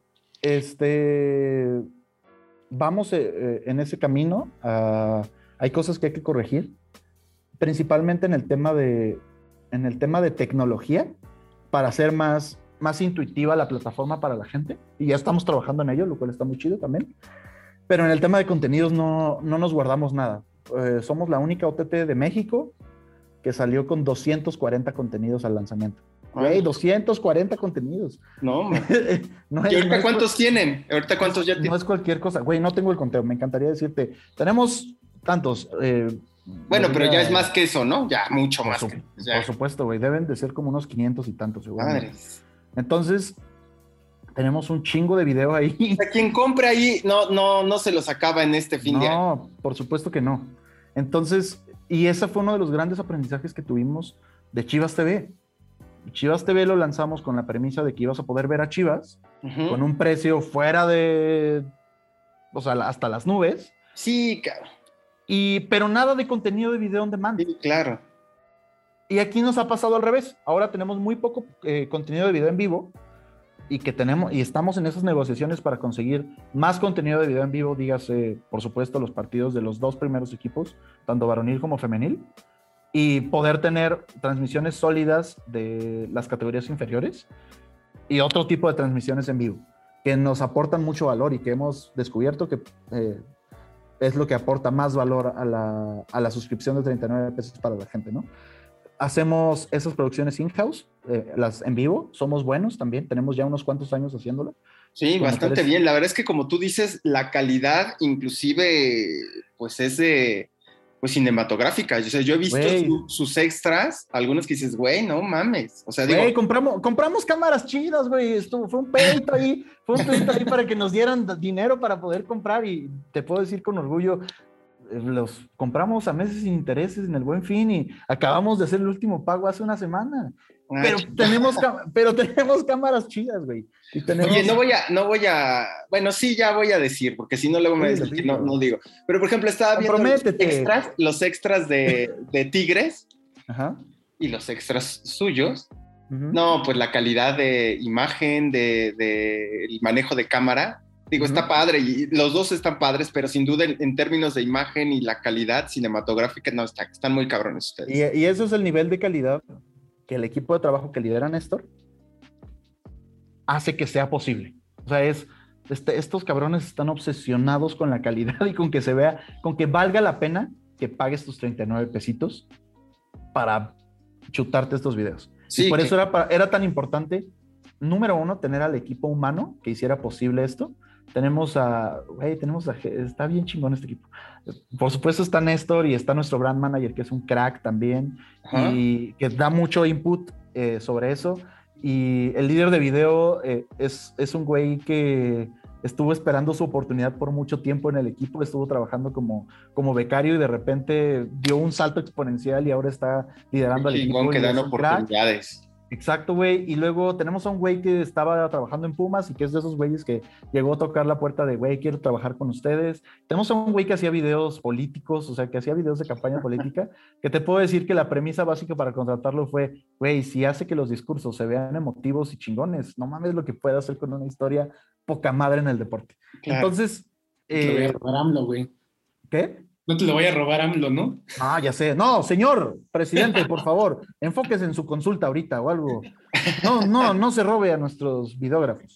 vamos en ese camino. Hay cosas que hay que corregir, principalmente en el tema de tecnología, para hacer más intuitiva la plataforma para la gente, y ya estamos trabajando en ello, lo cual está muy chido también. Pero en el tema de contenidos no nos guardamos nada. Somos la única OTT de México que salió con 240 contenidos al lanzamiento. Güey, 240 contenidos. No, ¿y ahorita cuántos tienen? ¿Ahorita cuántos ya tienen? No es cualquier cosa. Güey, no tengo el conteo, me encantaría decirte. Tenemos tantos... bueno, pero ya es más que eso, ¿no? Ya, mucho más. Por supuesto, güey. Deben de ser como unos 500 y tantos, seguro. Madres. Entonces, Tenemos un chingo de video ahí. O sea, quien compre ahí no se los acaba en este fin de año. No, por supuesto que no. Entonces, y ese fue uno de los grandes aprendizajes que tuvimos de Chivas TV. Chivas TV lo lanzamos con la premisa de que ibas a poder ver a Chivas con un precio fuera de, o sea, hasta las nubes. Sí, cabrón. Pero nada de contenido de video on demand. Sí, claro. Y aquí nos ha pasado al revés. Ahora tenemos muy poco contenido de video en vivo y estamos en esas negociaciones para conseguir más contenido de video en vivo, dígase, por supuesto, los partidos de los 2 primeros equipos, tanto varonil como femenil, y poder tener transmisiones sólidas de las categorías inferiores y otro tipo de transmisiones en vivo, que nos aportan mucho valor y que hemos descubierto que es lo que aporta más valor a la suscripción de 39 pesos para la gente, ¿no? Hacemos esas producciones in-house, las en vivo, somos buenos también, tenemos ya unos cuantos años haciéndolo. Sí, bastante bien. La verdad es que como tú dices, la calidad inclusive pues es de pues cinematográfica. O sea, yo he visto sus extras, algunos que dices, güey, no mames. O sea, digo, compramos cámaras chidas, güey. Fue un pedito ahí para que nos dieran dinero para poder comprar, y te puedo decir con orgullo, los compramos a meses sin intereses en el Buen Fin y acabamos de hacer el último pago hace una semana. Pero tenemos cámaras chidas, güey. Oye, no voy a, bueno, sí, ya voy a decir, porque si no luego me dicen que no digo. Pero, por ejemplo, estaba viendo los extras de Tigres. Ajá. Y los extras suyos. No, pues la calidad de imagen, el manejo de cámara, digo, está padre, y los dos están padres, pero sin duda en términos de imagen y la calidad cinematográfica, no, están muy cabrones ustedes. Y eso es el nivel de calidad que el equipo de trabajo que lidera Néstor hace que sea posible. O sea, estos cabrones están obsesionados con la calidad y con que se vea, con que valga la pena que pagues tus 39 pesitos para chutarte estos videos. Sí, y por eso era tan importante, número uno, tener al equipo humano que hiciera posible esto. Está bien chingón este equipo. Por supuesto está Néstor y está nuestro brand manager, que es un crack también. Ajá. Y que da mucho input sobre eso. Y el líder de video es un güey que estuvo esperando su oportunidad por mucho tiempo en el equipo, estuvo trabajando como becario y de repente dio un salto exponencial y ahora está liderando al equipo. Que dan oportunidades. Crack. Exacto, güey. Y luego tenemos a un güey que estaba trabajando en Pumas y que es de esos güeyes que llegó a tocar la puerta de, güey, quiero trabajar con ustedes. Tenemos a un güey que hacía videos políticos, o sea, que hacía videos de campaña política, que te puedo decir que la premisa básica para contratarlo fue, güey, si hace que los discursos se vean emotivos y chingones, no mames lo que puede hacer con una historia poca madre en el deporte. Claro. Entonces... Te lo voy a robar AMLO, güey. ¿Qué? No te lo voy a robar AMLO, ¿no? Ah, ya sé. No, señor presidente, por favor, enfóquese en su consulta ahorita o algo. No se robe a nuestros videógrafos.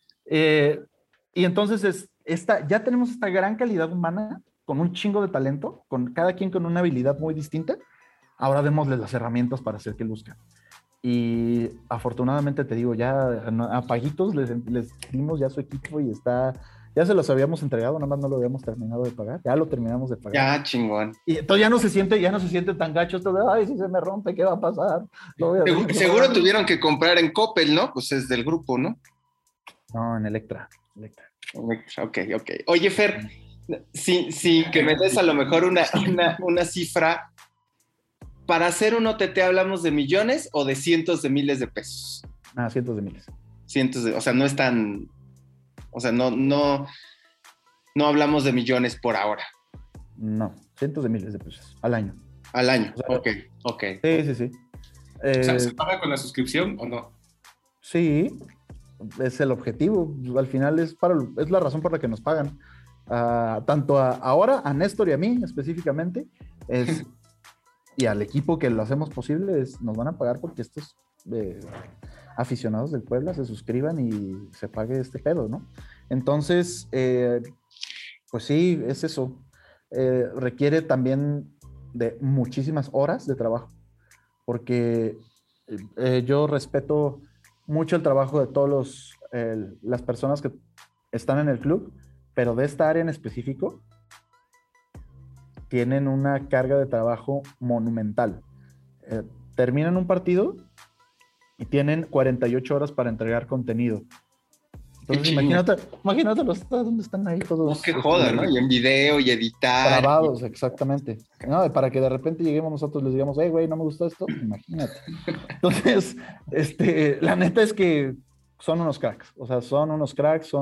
Y entonces ya tenemos esta gran calidad humana con un chingo de talento, con cada quien con una habilidad muy distinta. Ahora démosles las herramientas para hacer que luzcan. Y afortunadamente te digo, ya a Paguitos les dimos ya su equipo y ya se los habíamos entregado, nada más no lo habíamos terminado de pagar. Ya lo terminamos de pagar. Ya, chingón. Y entonces ya no se siente tan gacho esto de, ay, si se me rompe, ¿qué va a pasar? Seguro tuvieron que comprar en Coppel, ¿no? Pues es del grupo, ¿no? No, en Electra. Ok. Oye, Fer, sí, que me des a lo mejor una cifra. Para hacer un OTT, ¿hablamos de millones o de cientos de miles de pesos? Cientos de miles. O sea, no es tan... O sea, no hablamos de millones por ahora. No, cientos de miles de pesos al año. Al año, o sea, ok. Sí. O sea, ¿se paga con la suscripción o no? Sí, es el objetivo. Al final es la razón por la que nos pagan. Tanto ahora, a Néstor y a mí específicamente, y al equipo que lo hacemos posible, nos van a pagar porque estos... aficionados del Puebla se suscriban y se pague este pedo, ¿no? Entonces, pues sí, es eso. Requiere también de muchísimas horas de trabajo, porque yo respeto mucho el trabajo de todos las personas que están en el club, pero de esta área en específico tienen una carga de trabajo monumental. Terminan un partido y tienen 48 horas para entregar contenido. Entonces, imagínate los estados donde están ahí todos. No, que joda, ¿no? Y en video y editar. Grabados, exactamente. No, para que de repente lleguemos nosotros les digamos, hey, güey, no me gustó esto, imagínate. Entonces, la neta es que son unos cracks. O sea, son unos cracks,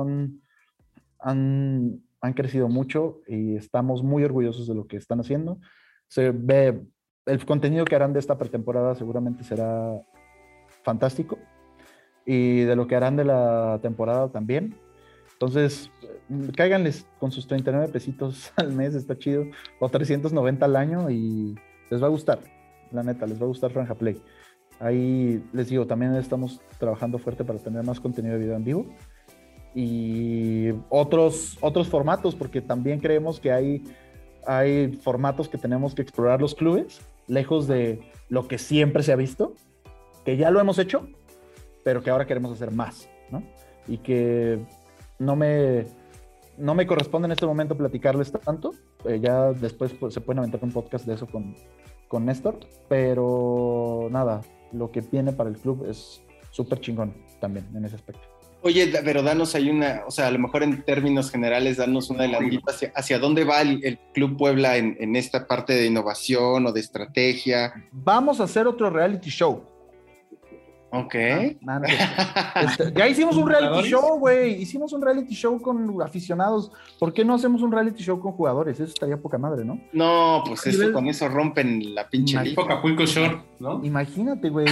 han crecido mucho y estamos muy orgullosos de lo que están haciendo. Se ve, el contenido que harán de esta pretemporada seguramente será fantástico. Y de lo que harán de la temporada también. Entonces, cáiganles con sus 39 pesitos al mes, está chido, o 390 al año y les va a gustar, la neta, les va a gustar Franja Play. Ahí les digo, también estamos trabajando fuerte para tener más contenido de video en vivo y otros formatos, porque también creemos que hay formatos que tenemos que explorar los clubes, lejos de lo que siempre se ha visto, que ya lo hemos hecho, pero que ahora queremos hacer más, ¿no? Y que no me corresponde en este momento platicarles tanto. Ya después pues, se pueden aventar un podcast de eso con Néstor, pero nada, lo que viene para el club es súper chingón también en ese aspecto. Oye, pero danos ahí o sea, a lo mejor en términos generales, danos una adelantita hacia dónde va el Club Puebla en esta parte de innovación o de estrategia. Vamos a hacer otro reality show. Ok. Ya hicimos un reality show, güey. Hicimos un reality show con aficionados. ¿Por qué no hacemos un reality show con jugadores? Eso estaría poca madre, ¿no? No, pues eso, con eso rompen la pinche liga. Acapulco Shore, ¿no? Imagínate, güey.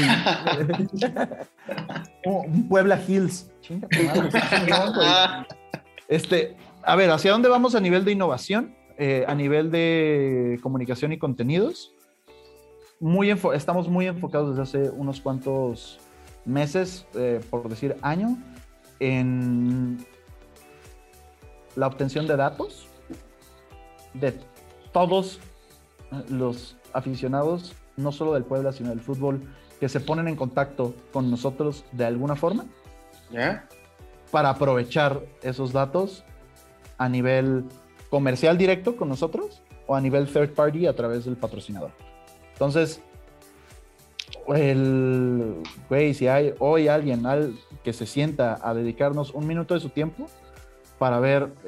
Un Puebla Hills. Chingate madre. A ver, ¿hacia dónde vamos a nivel de innovación? A nivel de comunicación y contenidos. Estamos muy enfocados desde hace unos cuantos meses, por decir año, en la obtención de datos de todos los aficionados, no solo del Puebla, sino del fútbol, que se ponen en contacto con nosotros de alguna forma, ¿ya? Para aprovechar esos datos a nivel comercial directo con nosotros o a nivel third party a través del patrocinador. Entonces, si hay hoy alguien que se sienta a dedicarnos un minuto de su tiempo para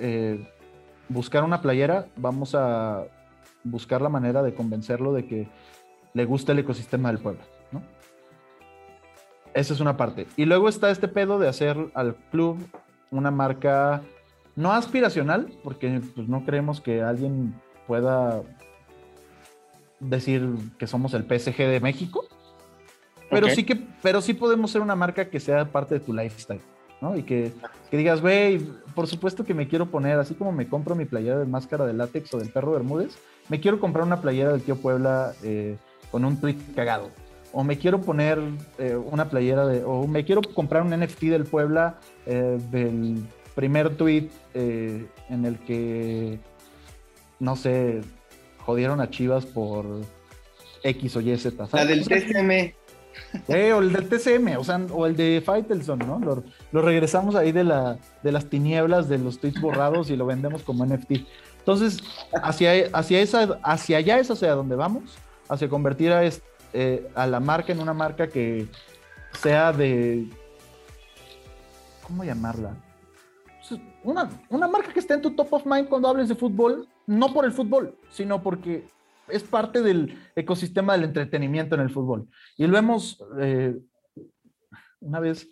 buscar una playera, vamos a buscar la manera de convencerlo de que le guste el ecosistema del pueblo, ¿no? Esa es una parte. Y luego está este pedo de hacer al club una marca no aspiracional, porque pues, no creemos que alguien pueda decir que somos el PSG de México, pero sí podemos ser una marca que sea parte de tu lifestyle, ¿no? Y que digas, güey, por supuesto que me quiero poner, así como me compro mi playera de máscara de látex o del perro Bermúdez, me quiero comprar una playera del tío Puebla con un tweet cagado, o me quiero poner una playera o me quiero comprar un NFT del Puebla del primer tweet en el que, no sé, jodieron a Chivas por X o Y, Z. ¿Sabes? La del TCM. O el del TCM, o el de Faitelson, ¿no? Lo regresamos ahí de las tinieblas de los tweets borrados y lo vendemos como NFT. Entonces, hacia allá es hacia donde vamos, hacia convertir a la marca en una marca que sea de... ¿Cómo llamarla? Una marca que esté en tu top of mind cuando hables de fútbol, no por el fútbol, sino porque es parte del ecosistema del entretenimiento en el fútbol. Y lo hemos, una vez,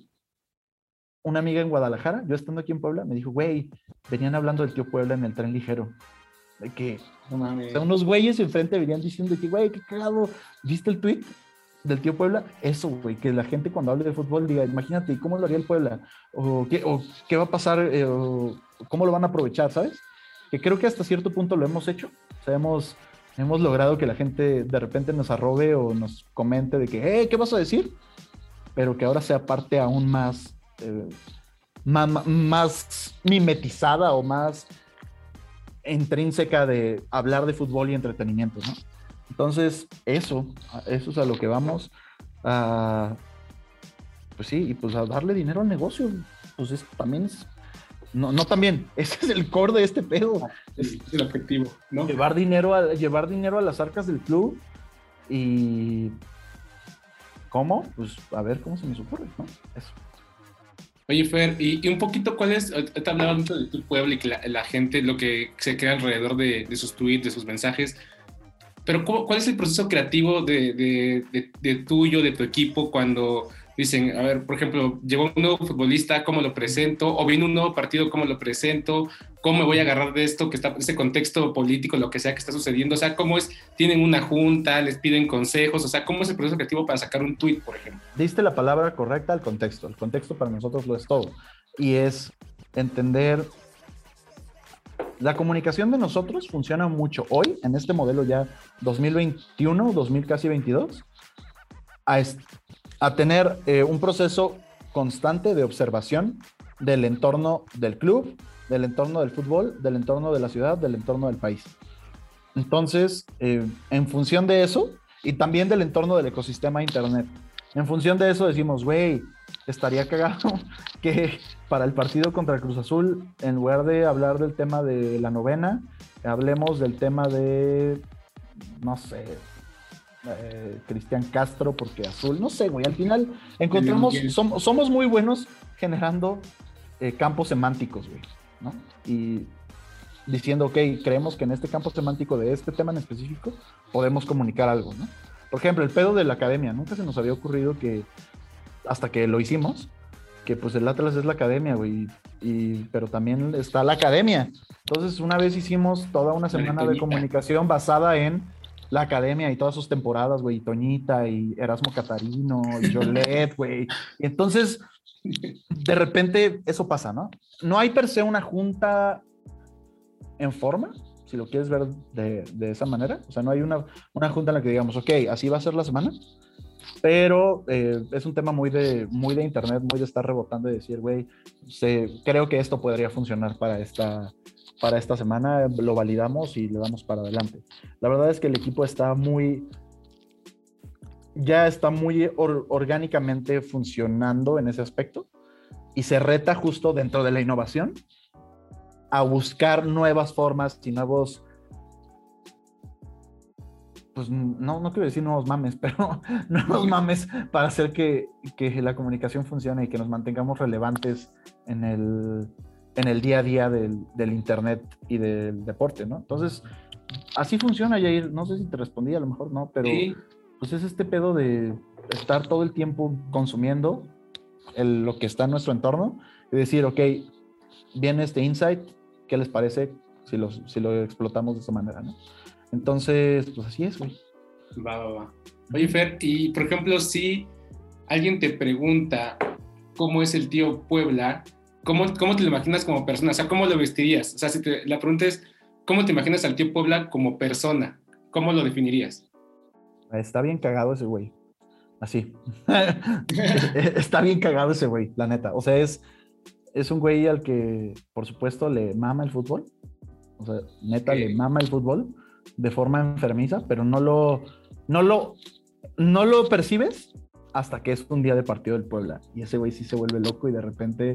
una amiga en Guadalajara, yo estando aquí en Puebla, me dijo, güey, venían hablando del tío Puebla en el tren ligero. De que unos güeyes enfrente venían diciendo que, güey, qué cagado, ¿viste el tweet del tío Puebla? Eso, güey, que la gente cuando hable de fútbol diga, imagínate, ¿cómo lo haría el Puebla? O qué va a pasar, cómo lo van a aprovechar, ¿sabes? Que creo que hasta cierto punto lo hemos hecho. O sea, hemos logrado que la gente de repente nos arrobe o nos comente de que, ¿qué vas a decir? Pero que ahora sea parte aún más mimetizada o más intrínseca de hablar de fútbol y entretenimiento, ¿no? Entonces, eso es a lo que vamos. Pues sí, y pues a darle dinero al negocio. Pues también es... No, también. Ese es el core de este pedo. Es el objetivo, ¿no? Llevar dinero a las arcas del club. Y... ¿Cómo? Pues a ver cómo se nos ocurre, ¿no? Eso. Oye, Fer, y un poquito, ¿cuál es? Te hablaba mucho de tu pueblo y que la gente, lo que se crea alrededor de sus tweets, de sus mensajes, pero ¿cuál es el proceso creativo de tuyo, de tu equipo, cuando dicen, a ver, por ejemplo, llegó un nuevo futbolista, ¿cómo lo presento? O viene un nuevo partido, ¿cómo lo presento? ¿Cómo me voy a agarrar de esto, que está, ese contexto político, lo que sea que está sucediendo? O sea, ¿cómo es? ¿Tienen una junta? ¿Les piden consejos? O sea, ¿cómo es el proceso creativo para sacar un tweet, por ejemplo? Diste la palabra correcta al contexto. El contexto para nosotros lo es todo. Y es entender. La comunicación de nosotros funciona mucho hoy, en este modelo ya 2021, 2000 casi 22, a tener un proceso constante de observación del entorno del club, del entorno del fútbol, del entorno de la ciudad, del entorno del país. Entonces, en función de eso, y también del entorno del ecosistema Internet, en función de eso decimos, güey, estaría cagado que para el partido contra el Cruz Azul, en lugar de hablar del tema de la novena, hablemos del tema de, no sé, Cristian Castro, porque azul, no sé, güey, al final encontramos, somos muy buenos generando campos semánticos, güey, ¿no? Y diciendo, ok, creemos que en este campo semántico de este tema en específico podemos comunicar algo, ¿no? Por ejemplo, el pedo de la academia, nunca se nos había ocurrido que, hasta que lo hicimos, que pues el Atlas es la academia, güey, pero también está la academia. Entonces, una vez hicimos toda una semana de comunicación basada en la academia y todas sus temporadas, güey, y Toñita, y Erasmo Catarino, y Jolet, güey. Y entonces, de repente, eso pasa, ¿no? No hay per se una junta en forma, si lo quieres ver de esa manera. O sea, no hay una junta en la que digamos, ok, así va a ser la semana, pero es un tema muy de internet, muy de estar rebotando y decir, güey, creo que esto podría funcionar para esta semana, lo validamos y le damos para adelante. La verdad es que el equipo está ya está muy orgánicamente funcionando en ese aspecto y se reta justo dentro de la innovación a buscar nuevas formas y nuevos, pues no quiero decir nuevos mames, pero nuevos mames para hacer que la comunicación funcione y que nos mantengamos relevantes en el día a día del internet y del deporte, ¿no? Entonces, así funciona, Jair. No sé si te respondí, a lo mejor no, pero sí. Pues es este pedo de estar todo el tiempo consumiendo lo que está en nuestro entorno y decir, ok, viene este insight, ¿qué les parece si lo explotamos de esa manera, ¿no? Entonces, pues así es, güey. Va. Oye, Fer, y por ejemplo, si alguien te pregunta cómo es el tío Puebla, ¿cómo te lo imaginas como persona? O sea, ¿cómo lo vestirías? O sea, la pregunta es, ¿cómo te imaginas al tío Puebla como persona? ¿Cómo lo definirías? Está bien cagado ese güey. Así. Está bien cagado ese güey, la neta. O sea, es un güey al que, por supuesto, le mama el fútbol. O sea, neta, le mama el fútbol de forma enfermiza, pero no lo percibes hasta que es un día de partido del Puebla. Y ese güey sí se vuelve loco y de repente,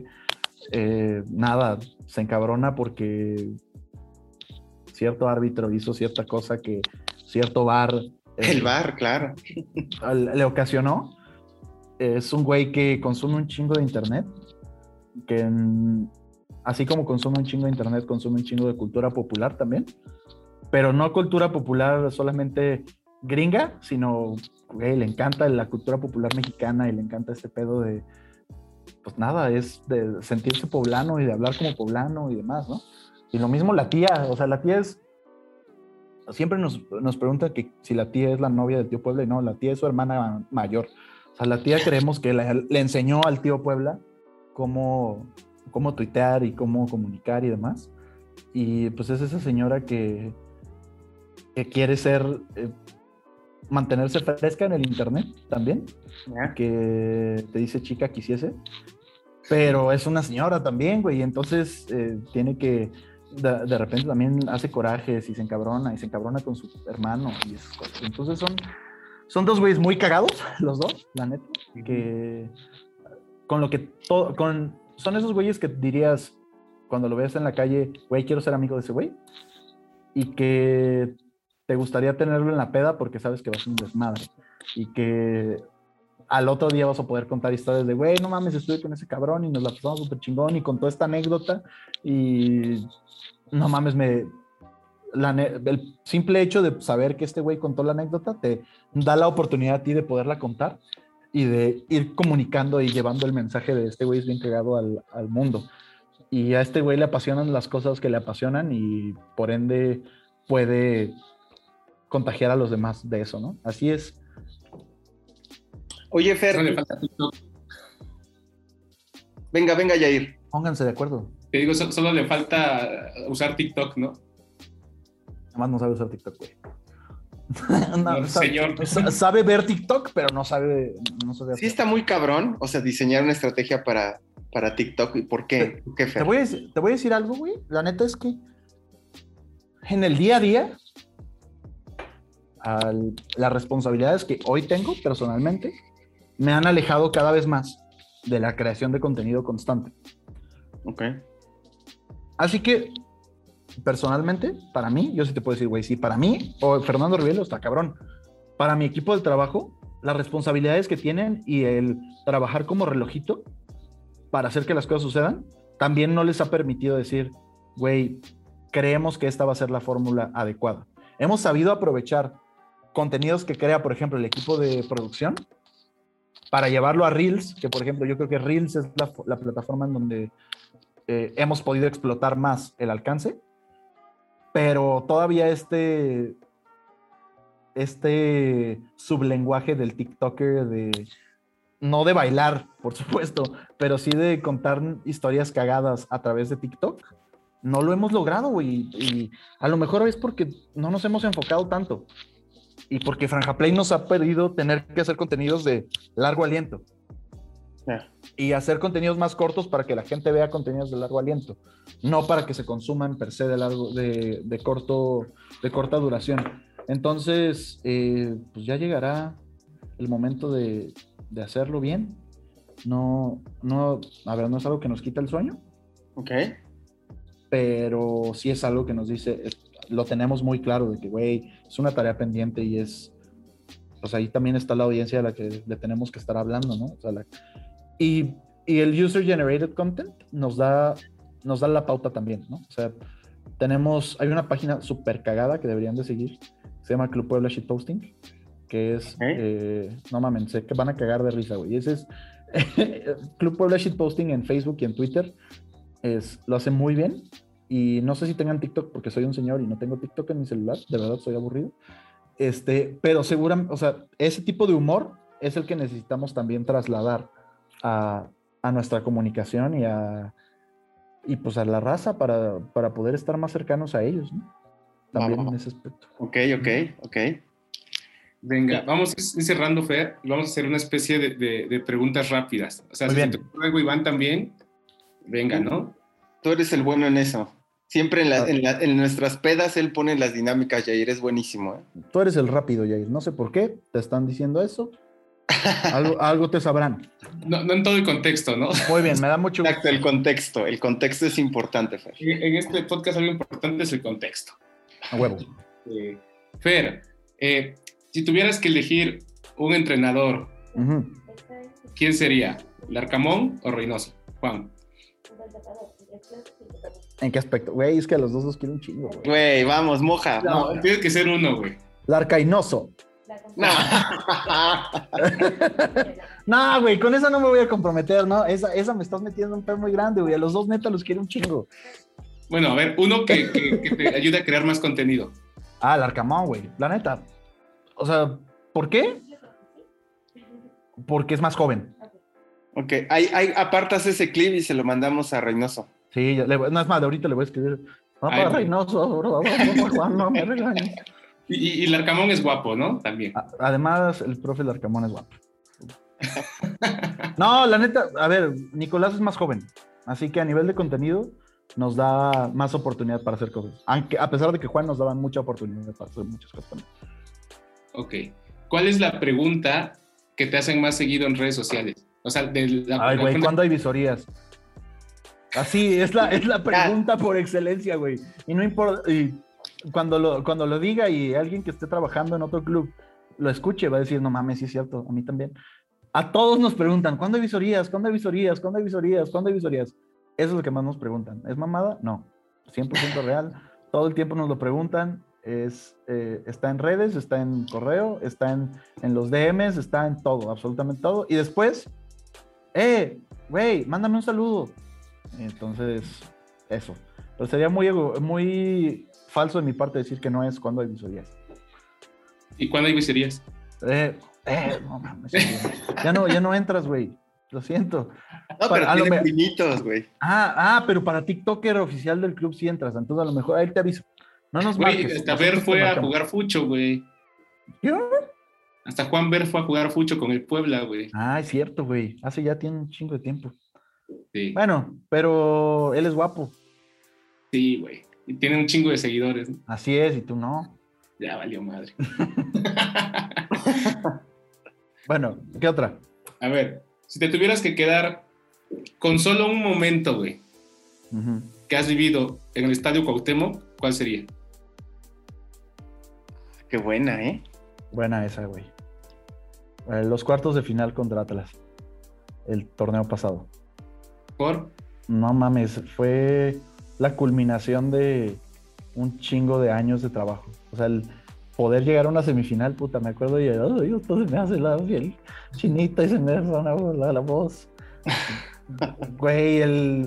se encabrona porque cierto árbitro hizo cierta cosa que cierto bar... el bar, claro. Le ocasionó. Es un güey que consume un chingo de internet, que así como consume un chingo de internet, consume un chingo de cultura popular también, pero no cultura popular solamente gringa, sino, güey, le encanta la cultura popular mexicana y le encanta este pedo de, pues nada, es de sentirse poblano y de hablar como poblano y demás, ¿no? Y lo mismo la tía, o sea, la tía es, siempre nos pregunta que si la tía es la novia del tío Puebla, y no, la tía es su hermana mayor. O sea, la tía creemos que le enseñó al tío Puebla cómo tuitear y cómo comunicar y demás. Y pues es esa señora que quiere mantenerse fresca en el internet también, que te dice chica quisiese, pero es una señora también, güey, entonces tiene que, de repente también hace corajes y se encabrona con su hermano y esas cosas. Entonces son dos güeyes muy cagados, los dos, la neta, que son esos güeyes que dirías cuando lo ves en la calle, güey, quiero ser amigo de ese güey, y que te gustaría tenerlo en la peda porque sabes que va a ser un desmadre, y que al otro día vas a poder contar historias de, güey, no mames, estuve con ese cabrón y nos la pasamos súper chingón y contó esta anécdota y no mames, el simple hecho de saber que este güey contó la anécdota te da la oportunidad a ti de poderla contar y de ir comunicando y llevando el mensaje de este güey es bien cagado al mundo. Y a este güey le apasionan las cosas que le apasionan y por ende puede contagiar a los demás de eso, ¿no? Así es. Oye, Fer. Venga, Yair. Pónganse de acuerdo. Te digo, solo le falta usar TikTok, ¿no? Nada más no sabe usar TikTok, güey. No, señor. Sabe ver TikTok, pero no sabe hacer. Sí está muy cabrón, o sea, diseñar una estrategia para TikTok. ¿Y por qué? ¿Qué, Fer? Te voy a decir algo, güey. La neta es que en el día a día, las responsabilidades que hoy tengo personalmente me han alejado cada vez más de la creación de contenido constante. Ok. Así que, personalmente, para mí, yo sí te puedo decir, güey, sí, para mí, o Fernando Rivielo está cabrón. Para mi equipo de trabajo, las responsabilidades que tienen y el trabajar como relojito para hacer que las cosas sucedan, también no les ha permitido decir, güey, creemos que esta va a ser la fórmula adecuada. Hemos sabido aprovechar contenidos que crea, por ejemplo, el equipo de producción para llevarlo a Reels, que por ejemplo yo creo que Reels es la plataforma en donde hemos podido explotar más el alcance, pero todavía este sublenguaje del TikToker no de bailar, por supuesto, pero sí de contar historias cagadas a través de TikTok, no lo hemos logrado, güey, y a lo mejor es porque no nos hemos enfocado tanto y porque Franja Play nos ha pedido tener que hacer contenidos de largo aliento. Y hacer contenidos más cortos para que la gente vea contenidos de largo aliento, no para que se consuman per se de corta duración. Entonces, pues ya llegará el momento de hacerlo bien. A ver, no es algo que nos quita el sueño. Ok. Pero sí es algo que nos dice, lo tenemos muy claro de que, güey, es una tarea pendiente y pues ahí también está la audiencia a la que le tenemos que estar hablando, ¿no? O sea, y el user-generated content nos da la pauta también, ¿no? O sea, hay una página súper cagada que deberían de seguir, se llama Club Puebla Shitposting, que es, no mames, sé que van a cagar de risa, güey. Ese es Club Puebla Shitposting en Facebook y en Twitter, lo hace muy bien, y no sé si tengan TikTok, porque soy un señor y no tengo TikTok en mi celular, de verdad soy aburrido, pero seguramente, o sea, ese tipo de humor es el que necesitamos también trasladar a nuestra comunicación y pues a la raza para poder estar más cercanos a ellos, ¿no? También en ese aspecto. Ok. Venga, vamos a ir cerrando, Fer, y vamos a hacer una especie de preguntas rápidas. O sea, muy si bien. te ocurre algo, Iván, también, venga, ¿no? Tú eres el bueno en eso. Siempre en nuestras pedas él pone las dinámicas, Yair, es buenísimo. Tú eres el rápido, Yair. No sé por qué te están diciendo eso. Algo te sabrán. No en todo el contexto, ¿no? Muy bien, me da mucho gusto. Exacto, el contexto es importante, Fer. En este podcast algo importante es el contexto. A huevo. Fer, si tuvieras que elegir un entrenador, ¿quién sería? ¿Larcamón o Reynoso? Juan. ¿En qué aspecto? Güey, es que a los dos los quiero un chingo, güey. Güey, vamos, moja. No, tienes que ser uno, güey. Larcainoso. No. No, güey, con esa no me voy a comprometer, ¿no? Esa me estás metiendo un pedo muy grande, güey. A los dos neta los quiero un chingo. Bueno, a ver, uno que te ayude a crear más contenido. Larcamón, güey. La neta. O sea, ¿por qué? Porque es más joven. Ok, ahí apartas ese clip y se lo mandamos a Reynoso. Sí, no es más, de ahorita le voy a escribir. No, para Reynoso, bro, Juan, no me regañes. Y Larcamón es guapo, ¿no? También. Además, el profe Larcamón es guapo. No, la neta, a ver, Nicolás es más joven, así que a nivel de contenido nos da más oportunidad para hacer cosas. Aunque, a pesar de que Juan nos daba mucha oportunidad para hacer muchas cosas también. Ok. ¿Cuál es la pregunta que te hacen más seguido en redes sociales? O sea, ay, güey, ¿cuándo hay visorías? Así, es la pregunta por excelencia, güey. Y no importa, y cuando lo diga y alguien que esté trabajando en otro club lo escuche, va a decir, no mames, sí es cierto, a mí también. A todos nos preguntan, ¿cuándo hay visorías? ¿Cuándo hay visorías? ¿Cuándo hay visorías? ¿Cuándo hay visorías? Eso es lo que más nos preguntan. ¿Es mamada? No. 100% real. Todo el tiempo nos lo preguntan. Está en redes, está en correo, está en los DMs, está en todo, absolutamente todo. Y después, güey, mándame un saludo. Entonces, eso. Pero sería muy falso de mi parte decir que no es cuando hay visorías. ¿Y cuándo hay visorías? No mames. Ya no entras, güey. Lo siento. No, pero tiene pinitos, güey. Pero para TikToker oficial del club sí entras. Entonces a lo mejor ahí te aviso. No nos Güey, marques. hasta Ver fue a jugar fucho, güey. ¿Yo? Hasta Juan Ver fue a jugar fucho con el Puebla, güey. Es cierto, güey. Ya tiene un chingo de tiempo. Sí. Bueno, pero él es guapo. Sí, güey. Y tiene un chingo de seguidores, ¿no? Así es, y tú no. Ya valió madre. Bueno, ¿qué otra? A ver, si te tuvieras que quedar con solo un momento, güey, que has vivido en el Estadio Cuauhtémoc, ¿cuál sería? Qué buena, ¿eh? Buena esa, güey. Los cuartos de final contra Atlas. El torneo pasado. ¿Por? No mames, fue la culminación de un chingo de años de trabajo. O sea, el poder llegar a una semifinal, puta, me acuerdo y todo se me hace la piel chinita y se me suena la voz. Güey,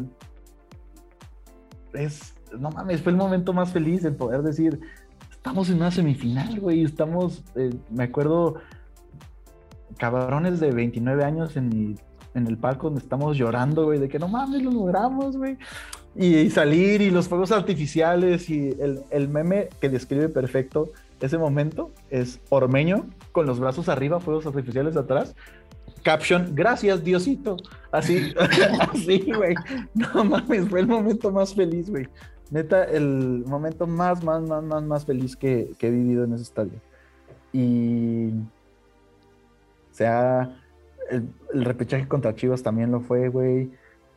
no mames, fue el momento más feliz el poder decir, estamos en una semifinal, güey, me acuerdo, cabrones de 29 años en el palco donde estamos llorando, güey, de que no mames, lo logramos, güey. Y salir y los fuegos artificiales y el meme que describe perfecto ese momento es Ormeño con los brazos arriba, fuegos artificiales atrás. Caption, gracias, Diosito. Así, así, güey. No mames, fue el momento más feliz, güey. Neta, el momento más feliz que he vivido en ese estadio. Y o sea, el repechaje contra Chivas también lo fue, güey.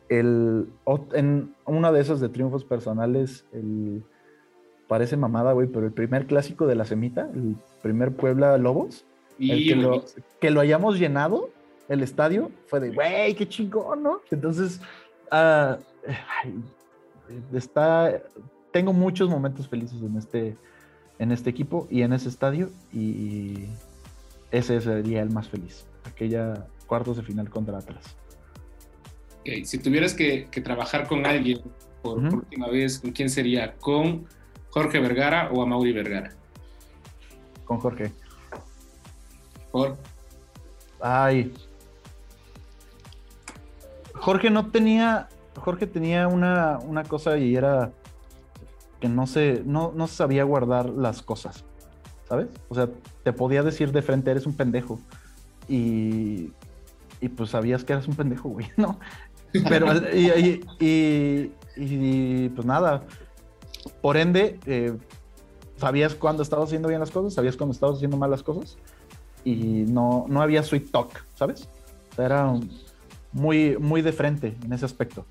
En una de esas de triunfos personales, parece mamada, güey, pero el primer clásico de la Semita, el primer Puebla Lobos, que lo hayamos llenado, el estadio, fue de, güey, qué chingón, ¿no? Entonces, tengo muchos momentos felices en este equipo y en ese estadio, y ese sería el más feliz, aquella cuartos de final contra Atlas. Okay. Si tuvieras que trabajar con alguien por última vez, ¿con quién sería? ¿Con Jorge Vergara o a Mauri Vergara? Con Jorge. ¿Por? Jorge tenía una cosa y era que no sabía guardar las cosas, ¿sabes? O sea, te podía decir de frente, eres un pendejo. Y pues sabías que eras un pendejo, güey, ¿no? Pero, y pues nada, por ende, sabías cuándo estabas haciendo bien las cosas, sabías cuándo estabas haciendo mal las cosas, y no había sweet talk, ¿sabes? O sea, era muy de frente en ese aspecto.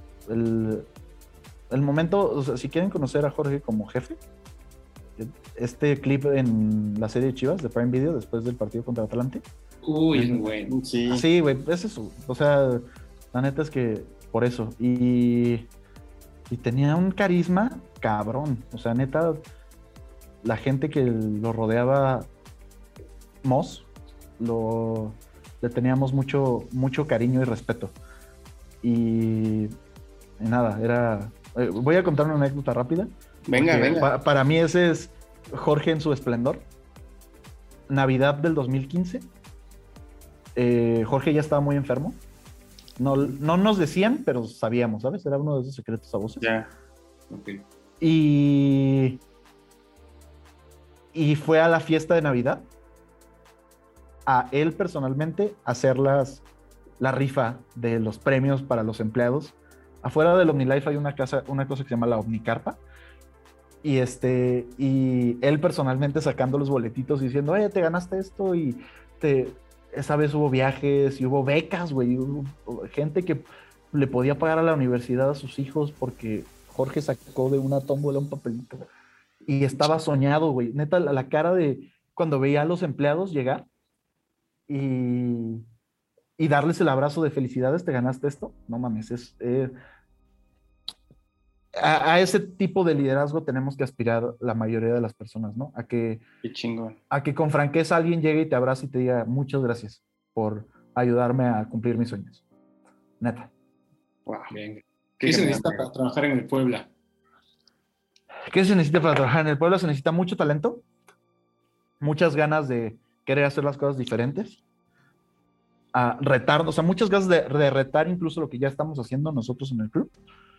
El momento, o sea, si quieren conocer a Jorge como jefe, este clip en la serie de Chivas de Prime Video después del partido contra Atlante. Uy, es bueno. Sí, güey, es eso. O sea, la neta es que por eso. Y tenía un carisma cabrón. O sea, neta, la gente que lo rodeaba, le teníamos mucho cariño y respeto. Y nada, voy a contar una anécdota rápida. Venga. Para mí ese es Jorge en su esplendor. Navidad del 2015. Jorge ya estaba muy enfermo. No nos decían, pero sabíamos, ¿sabes? Era uno de esos secretos a voces. Ya. Okay. Y fue a la fiesta de Navidad a él personalmente hacer la rifa de los premios para los empleados. Afuera del OmniLife hay una cosa que se llama la Omnicarpa. Y él personalmente sacando los boletitos y diciendo, te ganaste esto, y esa vez hubo viajes y hubo becas, güey. Hubo gente que le podía pagar a la universidad a sus hijos porque Jorge sacó de una tómbola un papelito. Y estaba soñado, güey. Neta, la cara de cuando veía a los empleados llegar y y darles el abrazo de felicidades, te ganaste esto. No mames, a ese tipo de liderazgo tenemos que aspirar la mayoría de las personas, ¿no? Qué chingón. A que con franqueza alguien llegue y te abrace y te diga muchas gracias por ayudarme a cumplir mis sueños. Neta. Wow. Bien. ¿Qué se necesita para trabajar en el Puebla? ¿Qué se necesita para trabajar en el Puebla? Se necesita mucho talento, muchas ganas de querer hacer las cosas diferentes, a retar, o sea, muchas ganas de retar incluso lo que ya estamos haciendo nosotros en el club.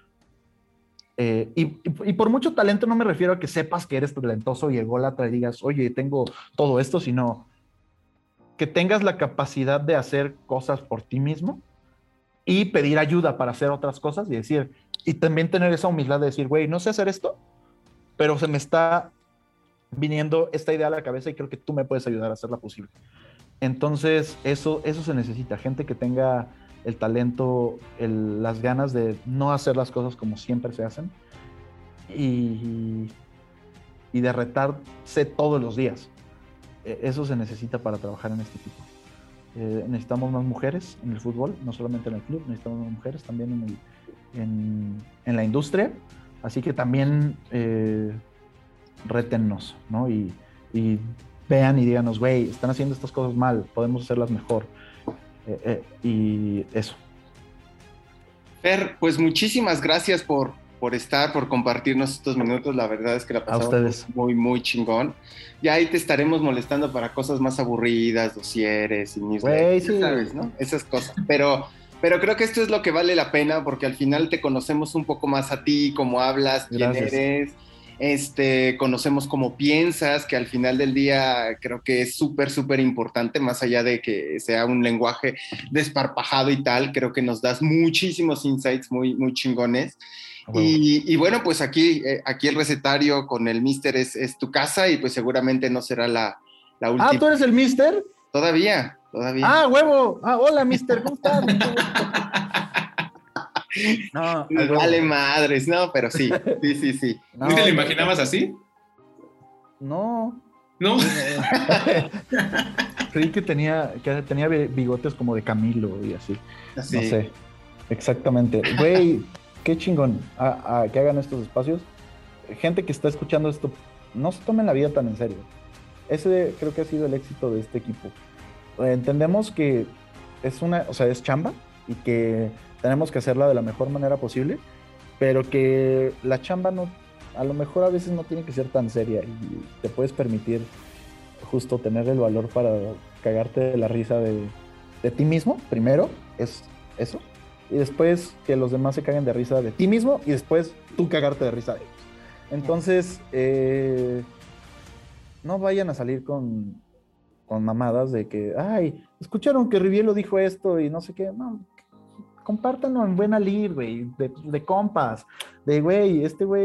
Y por mucho talento no me refiero a que sepas que eres talentoso y ególatra y digas, oye, tengo todo esto, sino que tengas la capacidad de hacer cosas por ti mismo y pedir ayuda para hacer otras cosas y decir, y también tener esa humildad de decir, güey, no sé hacer esto, pero se me está viniendo esta idea a la cabeza y creo que tú me puedes ayudar a hacerla posible. Entonces, eso se necesita, gente que tenga el talento, las ganas de no hacer las cosas como siempre se hacen y de retarse todos los días. Eso se necesita para trabajar en este equipo. Necesitamos más mujeres en el fútbol, no solamente en el club, necesitamos más mujeres también en la industria, así que también rétennos, ¿no? Y vean y díganos, güey, están haciendo estas cosas mal, podemos hacerlas mejor. Y eso. Fer, pues muchísimas gracias por compartirnos estos minutos. La verdad es que la pasamos muy, muy chingón. Ya ahí te estaremos molestando para cosas más aburridas, dosieres y newsletters, sí. ¿sabes, no? Esas cosas. Pero creo que esto es lo que vale la pena porque al final te conocemos un poco más a ti, cómo hablas, quién eres. Conocemos cómo piensas, que al final del día creo que es súper, súper importante, más allá de que sea un lenguaje desparpajado y tal, creo que nos das muchísimos insights muy, muy chingones. Wow. Y bueno, pues aquí el recetario con el Mister es tu casa y pues seguramente no será la última. ¿Tú eres el Mister? Todavía. ¡Huevo! Hola, Mister, ¿cómo estás? No, vale madres, no, pero sí. ¿No te lo imaginabas así? No. ¿No? Creí que tenía bigotes como de Camilo y así. No sé, exactamente. Güey, qué chingón que hagan estos espacios. Gente que está escuchando esto, no se tomen la vida tan en serio. Ese creo que ha sido el éxito de este equipo. Entendemos que es chamba y que tenemos que hacerla de la mejor manera posible, pero que la chamba a lo mejor a veces no tiene que ser tan seria y te puedes permitir justo tener el valor para cagarte de la risa de ti mismo, primero, es eso, y después que los demás se caguen de risa de ti mismo y después tú cagarte de risa de ellos. Entonces, no vayan a salir con mamadas de que, ay, escucharon que Rivielo dijo esto y no sé qué, no. Compártanlo en buena lid, güey, de compas, de güey,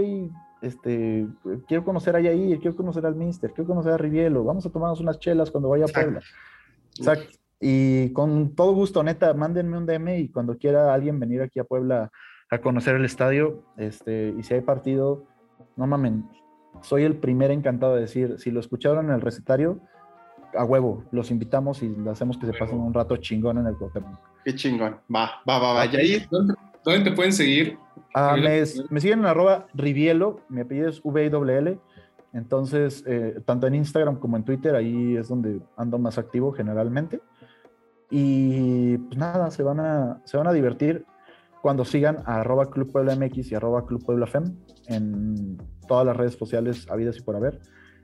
quiero conocer a Yair, quiero conocer al Mister, quiero conocer a Rivielo, vamos a tomarnos unas chelas cuando vaya a Puebla. Exacto. Y con todo gusto, neta, mándenme un DM y cuando quiera alguien venir aquí a Puebla a conocer el estadio, y si hay partido, no mamen, soy el primer encantado de decir, si lo escucharon en el recetario, a huevo, los invitamos y hacemos que se pasen un rato chingón en el Cuauhtémoc. Qué chingón, va. Yair, ¿dónde te pueden seguir? Me siguen en @Rivielo, mi apellido es VILL, entonces tanto en Instagram como en Twitter, ahí es donde ando más activo generalmente, y pues nada, se van a divertir cuando sigan a @Club Puebla MX y @Club Puebla Fem en todas las redes sociales habidas y por haber.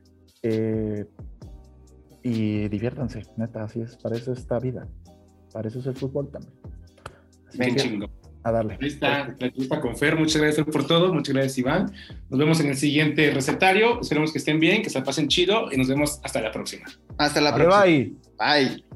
Y diviértanse, neta, así es, para eso es esta vida, para eso es el fútbol también. Bien chingón. A darle. Ahí está la entrevista con Fer, muchas gracias por todo, muchas gracias Iván. Nos vemos en el siguiente recetario, esperemos que estén bien, que se la pasen chido y nos vemos hasta la próxima. Hasta la próxima. Bye. Bye.